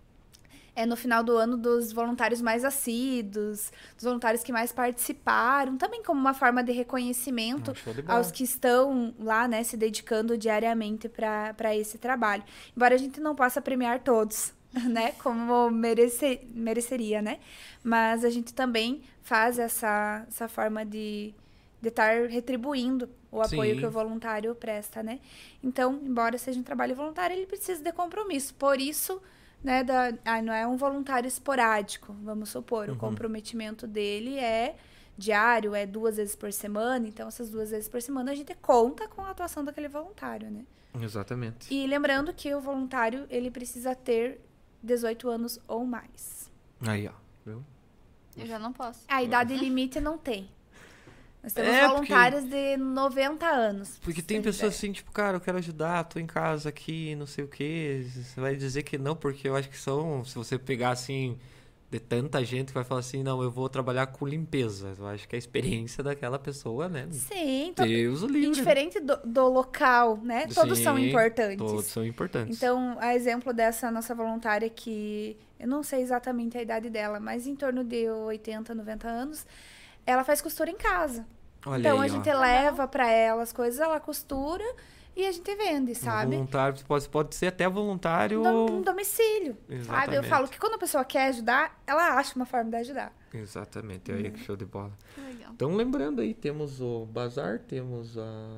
é, no final do ano dos voluntários mais assíduos, dos voluntários que mais participaram, também como uma forma de reconhecimento ah, aos que estão lá, né, se dedicando diariamente para esse trabalho. Embora a gente não possa premiar todos, né, como merece, mereceria, né? Mas a gente também faz essa, essa forma de de estar retribuindo o apoio Sim. que o voluntário presta, né? Então, embora seja um trabalho voluntário, ele precisa de compromisso. Por isso, né, da, ah, não é um voluntário esporádico, vamos supor. Uhum. O comprometimento dele é diário, é duas vezes por semana. Então, essas duas vezes por semana, a gente conta com a atuação daquele voluntário, né? Exatamente. E lembrando que o voluntário, ele precisa ter dezoito anos ou mais. Aí, ó. Viu? Eu já não posso. A idade limite não tem. Nós temos é, voluntários porque... de noventa anos. Porque tem pessoas assim, tipo, cara, eu quero ajudar, tô em casa aqui, não sei o quê. Você vai dizer que não, porque eu acho que são... Se você pegar, assim, de tanta gente que vai falar assim, não, eu vou trabalhar com limpeza. Eu acho que a experiência daquela pessoa, né? Sim. Então, Deus o livre. Indiferente do, do local, né? Todos Sim, são importantes. Todos são importantes. Então, a exemplo dessa nossa voluntária que... Eu não sei exatamente a idade dela, mas em torno de oitenta, noventa anos... Ela faz costura em casa. Olha então, aí, a gente ó. leva pra ela as coisas, ela costura e a gente vende, sabe? Voluntário, pode, pode ser até voluntário... No, no domicílio, Exatamente. sabe? Eu falo que quando a pessoa quer ajudar, ela acha uma forma de ajudar. Exatamente, aí que show de bola. Que legal. Então, lembrando aí, temos o bazar, temos a,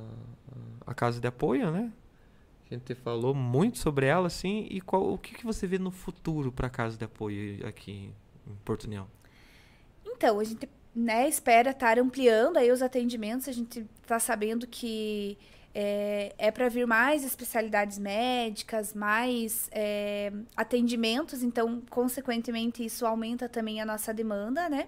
a casa de apoio, né? A gente falou muito sobre ela, assim, e qual, o que, que você vê no futuro pra casa de apoio aqui em Porto União? Então, a gente... Né, espera estar ampliando aí os atendimentos. A gente está sabendo que é, é para vir mais especialidades médicas, mais é, atendimentos, então, consequentemente, isso aumenta também a nossa demanda, né?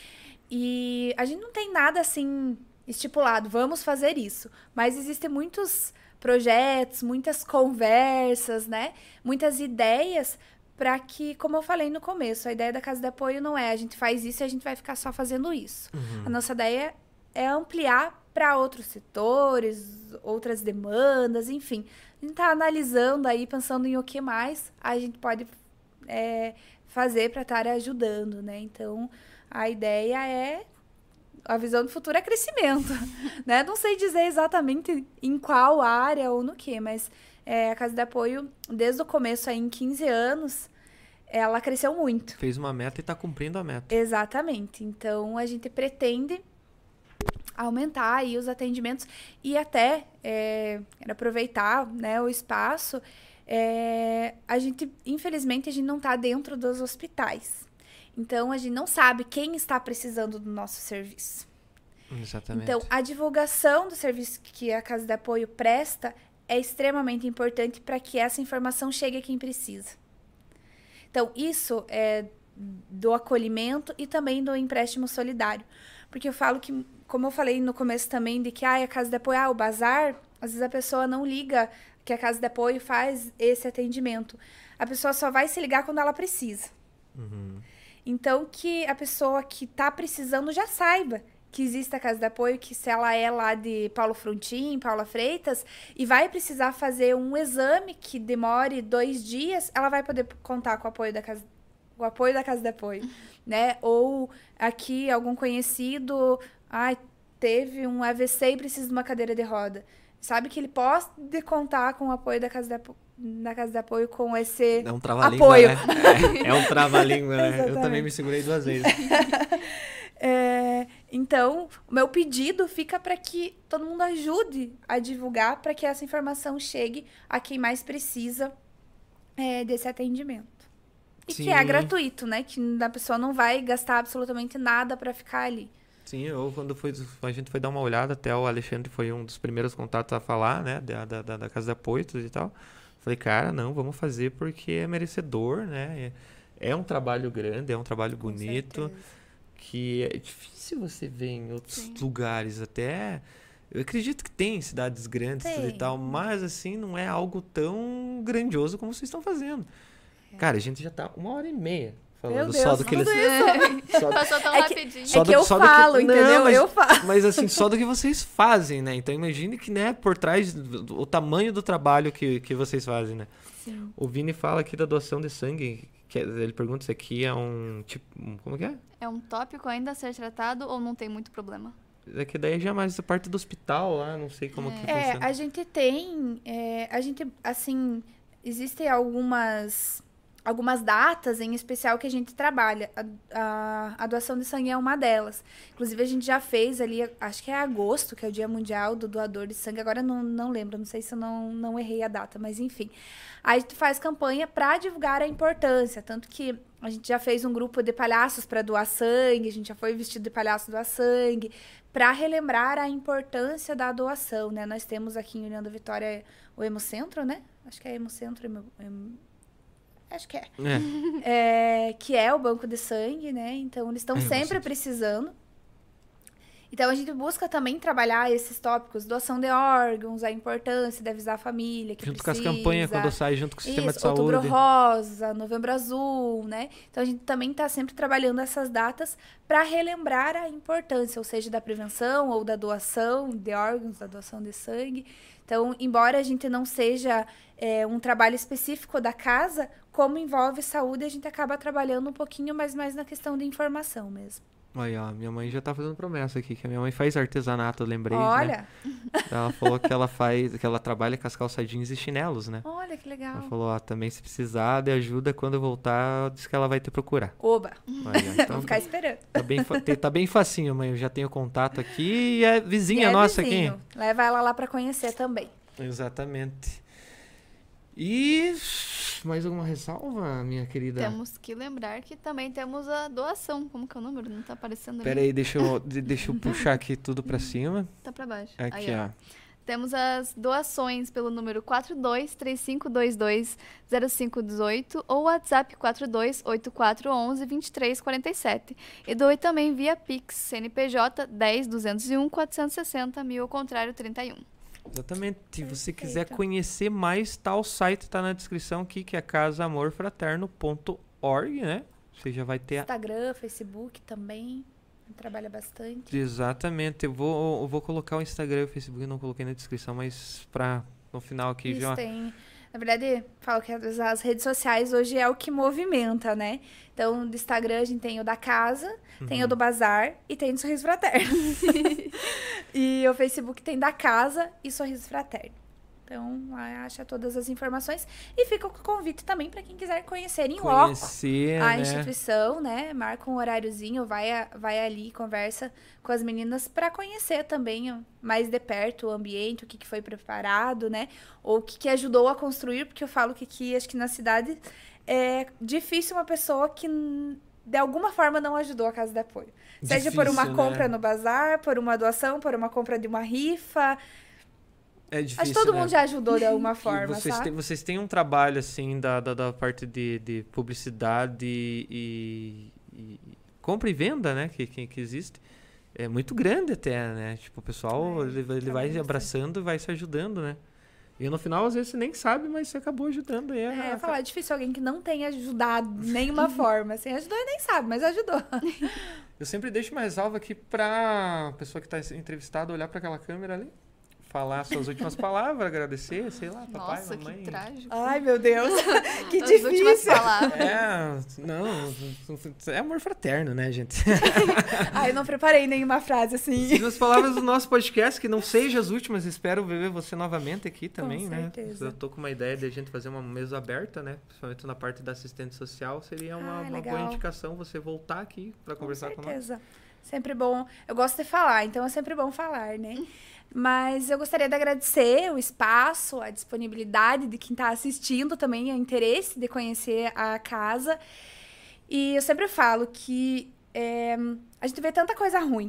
E a gente não tem nada assim estipulado, vamos fazer isso, mas existem muitos projetos, muitas conversas, né? Muitas ideias para que, como eu falei no começo, a ideia da Casa de Apoio não é a gente faz isso e a gente vai ficar só fazendo isso. Uhum. A nossa ideia é ampliar para outros setores, outras demandas, enfim. A gente está analisando aí, pensando em o que mais a gente pode é, fazer para estar ajudando, né? Então, a ideia é... A visão do futuro é crescimento, né? Não sei dizer exatamente em qual área ou no que, mas é, a Casa de Apoio, desde o começo, aí, em quinze anos, ela cresceu muito. Fez uma meta e está cumprindo a meta. Exatamente. Então, a gente pretende aumentar aí os atendimentos e até é, aproveitar, né, o espaço. É, a gente, infelizmente, a gente não está dentro dos hospitais. Então, a gente não sabe quem está precisando do nosso serviço. Exatamente. Então, a divulgação do serviço que a Casa de Apoio presta é extremamente importante para que essa informação chegue a quem precisa. Então, isso é do acolhimento e também do empréstimo solidário. Porque eu falo que, como eu falei no começo também, de que ah, a casa de apoio, ah, o bazar, às vezes a pessoa não liga que a casa de apoio faz esse atendimento. A pessoa só vai se ligar quando ela precisa. Uhum. Então, que a pessoa que está precisando já saiba que existe a casa de apoio, que se ela é lá de Paulo Frontin, Paula Freitas, e vai precisar fazer um exame que demore dois dias, ela vai poder contar com o apoio da casa, o apoio da casa de apoio, né? Ou aqui, algum conhecido, ai, teve um A V C e precisa de uma cadeira de roda. Sabe que ele pode contar com o apoio da casa de apoio, da casa de apoio com esse É um trava-língua, apoio. né? É, é um trava-língua, né? Eu também me segurei duas vezes. É, então, o meu pedido fica para que todo mundo ajude a divulgar para que essa informação chegue a quem mais precisa é, desse atendimento. E Sim. que é gratuito, né? Que a pessoa não vai gastar absolutamente nada para ficar ali. Sim, eu quando foi, a gente foi dar uma olhada, até o Alexandre foi um dos primeiros contatos a falar, né, da, da, da Casa de Apoio e tal. Falei, cara, não, vamos fazer porque é merecedor, né? É, é um trabalho grande, é um trabalho Com bonito, certeza. que é difícil você ver em outros Sim. lugares, até... Eu acredito que tem cidades grandes Tem. e tal, mas assim, não é algo tão grandioso como vocês estão fazendo. Cara, a gente já tá uma hora e meia falando Meu só Deus, do que eles... É. Só, Passou tão É que- rapidinho. Só é do- que eu só do que- falo, Não, entendeu? mas- Eu falo. Mas assim, só do que vocês fazem, né? Então imagine que, né, por trás do, do- o tamanho do trabalho que, que vocês fazem, né? Sim. O Vini fala aqui da doação de sangue, que é- ele pergunta se aqui é um tipo, um- como que é? É um tópico ainda a ser tratado ou não tem muito problema? É que daí já é mais a parte do hospital lá, não sei como que É, funciona. a gente tem, é, a gente, assim, existem algumas, algumas datas em especial que a gente trabalha. A, a, a doação de sangue é uma delas. Inclusive, a gente já fez ali, acho que é agosto, que é o Dia Mundial do Doador de Sangue. Agora, não, não lembro, não sei se eu não, não errei a data, mas enfim. Aí a gente faz campanha para divulgar a importância, tanto que a gente já fez um grupo de palhaços para doar sangue, a gente já foi vestido de palhaço doar sangue, para relembrar a importância da doação, né? Nós temos aqui em União da Vitória o Hemocentro, né? Acho que é Hemocentro, Hemo, Hemo, acho que é. É. É, que é o banco de sangue, né? Então, eles estão É, sempre Hemocentro. precisando. Então, a gente busca também trabalhar esses tópicos, doação de órgãos, a importância de avisar a família que Junto precisa. com as campanhas, quando sai junto com o sistema Isso, de saúde. Outubro Rosa, Novembro Azul, né? Então, a gente também está sempre trabalhando essas datas para relembrar a importância, ou seja, da prevenção ou da doação de órgãos, da doação de sangue. Então, embora a gente não seja é, um trabalho específico da casa, como envolve saúde, a gente acaba trabalhando um pouquinho mais, mais na questão de informação mesmo. Aí, ó, minha mãe já tá fazendo promessa aqui, que a minha mãe faz artesanato, eu lembrei, né? Olha, Ela falou que ela faz, que ela trabalha com as calçadinhas e chinelos, né? olha que legal. Ela falou, ó, também se precisar de ajuda, quando eu voltar, diz que ela vai te procurar. Oba, Aí, ó, então, vou ficar esperando. tá, bem, fa- te- tá bem facinho, mãe. Eu já tenho contato aqui e é vizinha E é nossa vizinho. aqui. Leva ela lá para conhecer também. Exatamente. E mais alguma ressalva, minha querida? Temos que lembrar que também temos a doação. Como que é o número? Não tá aparecendo ali. Pera aí, deixa eu, de- deixa eu puxar aqui tudo pra cima. Tá pra baixo. Aqui, Aí, ó. Temos as doações pelo número quatro dois três cinco dois dois zero cinco um oito ou WhatsApp quatro dois oito quatro um um dois três quatro sete. E doe também via Pix, C N P J dez duzentos e um quatrocentos e sessenta mil, ao contrário, trinta e um. Exatamente. Se você quiser Perfeito. conhecer mais, tá o site, tá na descrição aqui, que é casa amor fraterno ponto org, né? Você já vai ter a... Instagram, Facebook também. Trabalha bastante. Exatamente. Eu vou, eu vou colocar o Instagram e o Facebook, eu não coloquei na descrição, mas pra no final aqui Isso já... tem. Na verdade, falo que as as redes sociais hoje é o que movimenta, né? Então, do Instagram a gente tem o da casa, tem Uhum. o do bazar e tem o Sorriso Fraterno. E o Facebook tem da casa e Sorriso Fraterno. Então, lá acha todas as informações. E fica o convite também para quem quiser conhecer em loco Conhecer, a né? instituição, né? Marca um horáriozinho, vai, a- vai ali, conversa com as meninas para conhecer também ó, mais de perto o ambiente, o que, que foi preparado, né? Ou o que, que ajudou a construir, porque eu falo que aqui, acho que na cidade, é difícil uma pessoa que n- de alguma forma não ajudou a Casa de Apoio. Seja por uma Difícil, né? compra no bazar, por uma doação, por uma compra de uma rifa. É difícil, Acho que todo né? mundo já ajudou de alguma E forma, vocês, sabe? têm, vocês têm um trabalho, assim, da, da, da parte de, de publicidade e, e compra e venda, né? Que, que, que existe. É muito grande até, né? Tipo, o pessoal, É, ele, vai- ele vai trabalha abraçando e vai se ajudando, né? E no final, às vezes, você nem sabe, mas você acabou ajudando. E É, é, eu ia falar, é difícil alguém que não tenha ajudado de nenhuma forma. Assim, ajudou e nem sabe, mas ajudou. Eu sempre deixo mais alvo aqui pra pessoa que tá entrevistada olhar pra aquela câmera ali, falar suas últimas palavras, agradecer, sei lá, papai, Nossa, mamãe. que trágico. Ai, meu Deus. Que As últimas difícil. palavras. É, não, é amor fraterno, né, gente? Ai, eu não preparei nenhuma frase assim. As palavras do nosso podcast, que não sejam as últimas, espero ver você novamente aqui também, né? certeza. Eu tô com uma ideia de a gente fazer uma mesa aberta, né? Principalmente na parte da assistente social, seria uma, Ah, uma legal. boa indicação você voltar aqui para conversar Com com nós. certeza. Sempre bom. Eu gosto de falar, então é sempre bom falar, né? Mas eu gostaria de agradecer o espaço, a disponibilidade de quem está assistindo também, o interesse de conhecer a casa. E eu sempre falo que é, a gente vê tanta coisa ruim,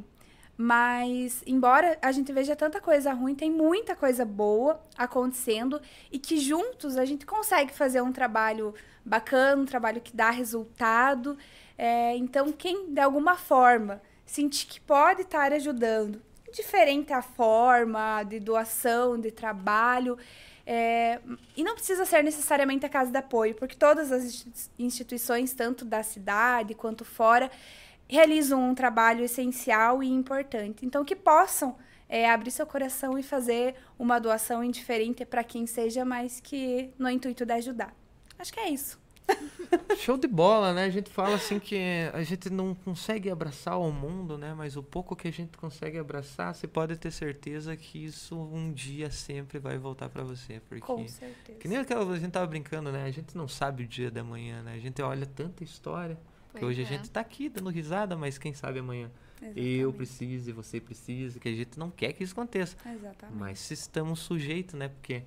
mas embora a gente veja tanta coisa ruim, tem muita coisa boa acontecendo e que juntos a gente consegue fazer um trabalho bacana, um trabalho que dá resultado. É, então, quem de alguma forma sentir que pode estar ajudando, diferente a forma de doação, de trabalho, é, e não precisa ser necessariamente a Casa de Apoio, porque todas as insti- instituições, tanto da cidade quanto fora, realizam um trabalho essencial e importante. Então, que possam é, abrir seu coração e fazer uma doação indiferente para quem seja, mas que no intuito de ajudar. Acho que é isso. Show de bola, né? A gente fala assim que a gente não consegue abraçar o mundo, né? Mas o pouco que a gente consegue abraçar, você pode ter certeza que isso um dia sempre vai voltar pra você. Porque Com certeza. que nem aquela a gente tava brincando, né? A gente não sabe o dia da manhã, né? A gente olha tanta história que Pois hoje é. a gente tá aqui dando risada, mas quem sabe amanhã Exatamente. eu preciso e você precisa, que a gente não quer que isso aconteça. Exatamente. Mas estamos sujeitos, né? Porque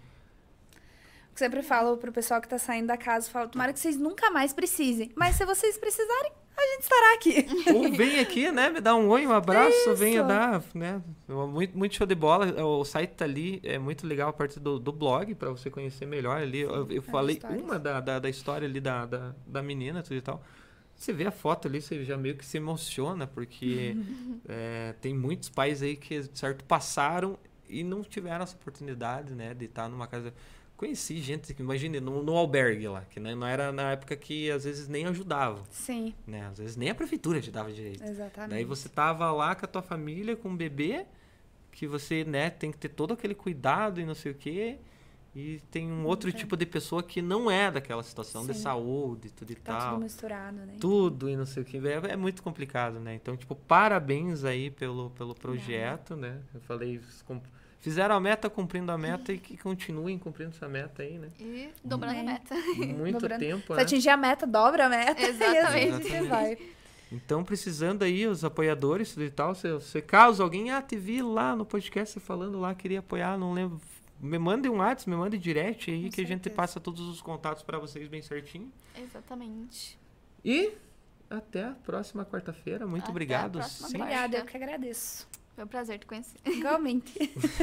Eu sempre falo pro pessoal que tá saindo da casa, falo, tomara que vocês nunca mais precisem. Mas se vocês precisarem, a gente estará aqui. ou vem aqui, né? Me dá um oi, um abraço, Isso. venha dar, né? Muito, muito show de bola. O site tá ali, é muito legal a parte do, do blog, pra você conhecer melhor ali. Eu, eu falei histórias. uma da, da, da história ali da, da, da menina, tudo e tal. Você vê a foto ali, você já meio que se emociona, porque é, tem muitos pais aí que, certo, passaram e não tiveram essa oportunidade, né? De estar numa casa... Conheci gente que, imagine, no, no albergue lá, que né, não era na época que às vezes nem ajudavam, Sim, né? Às vezes nem a prefeitura te dava direito. exatamente. Daí você tava lá com a tua família, com um bebê, que você, né, tem que ter todo aquele cuidado e não sei o quê. E tem um outro Ok. tipo de pessoa que não é daquela situação de Sim. saúde, tudo e Tá tal. tudo misturado, né? Tudo e não sei o que. É, é muito complicado, né? Então, tipo, parabéns aí pelo, pelo projeto, né? Eu falei, com- fizeram a meta, cumprindo a meta e que continuem cumprindo essa meta aí, né? E dobrando É. a meta. Muito Dobrando. tempo, Se né? atingir a meta, dobra a meta. Exatamente. E assim a gente Exatamente. vai. Então, precisando aí, os apoiadores tudo e tal, se, se caso alguém, ah, te vi lá no podcast você falando lá, queria apoiar, não lembro, me mande um WhatsApp, me mande direct aí Com que a gente certeza. passa todos os contatos pra vocês bem certinho. Exatamente. E até a próxima quarta-feira. Muito Até a obrigado. próxima Sim, quarta. Obrigada, eu que agradeço. Foi um prazer te conhecer. Igualmente.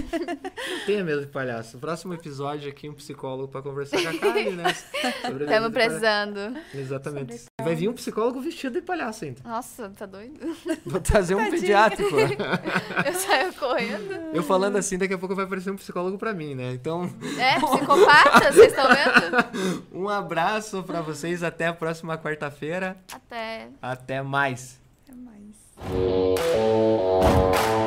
não tenha medo de palhaço. O próximo episódio aqui, um psicólogo pra conversar com a Kali, né? Sobre medo Estamos de precisando. palhaço. Exatamente. Sobre Vai vir um psicólogo vestido de palhaço ainda. Nossa, tá doido? Vou trazer um Tadinho. pediátrico. Eu saio correndo. Eu falando assim, daqui a pouco vai aparecer um psicólogo pra mim, né? Então... É, psicopata, vocês estão vendo? Um abraço pra vocês, até a próxima quarta-feira. Até. Até mais. Até mais.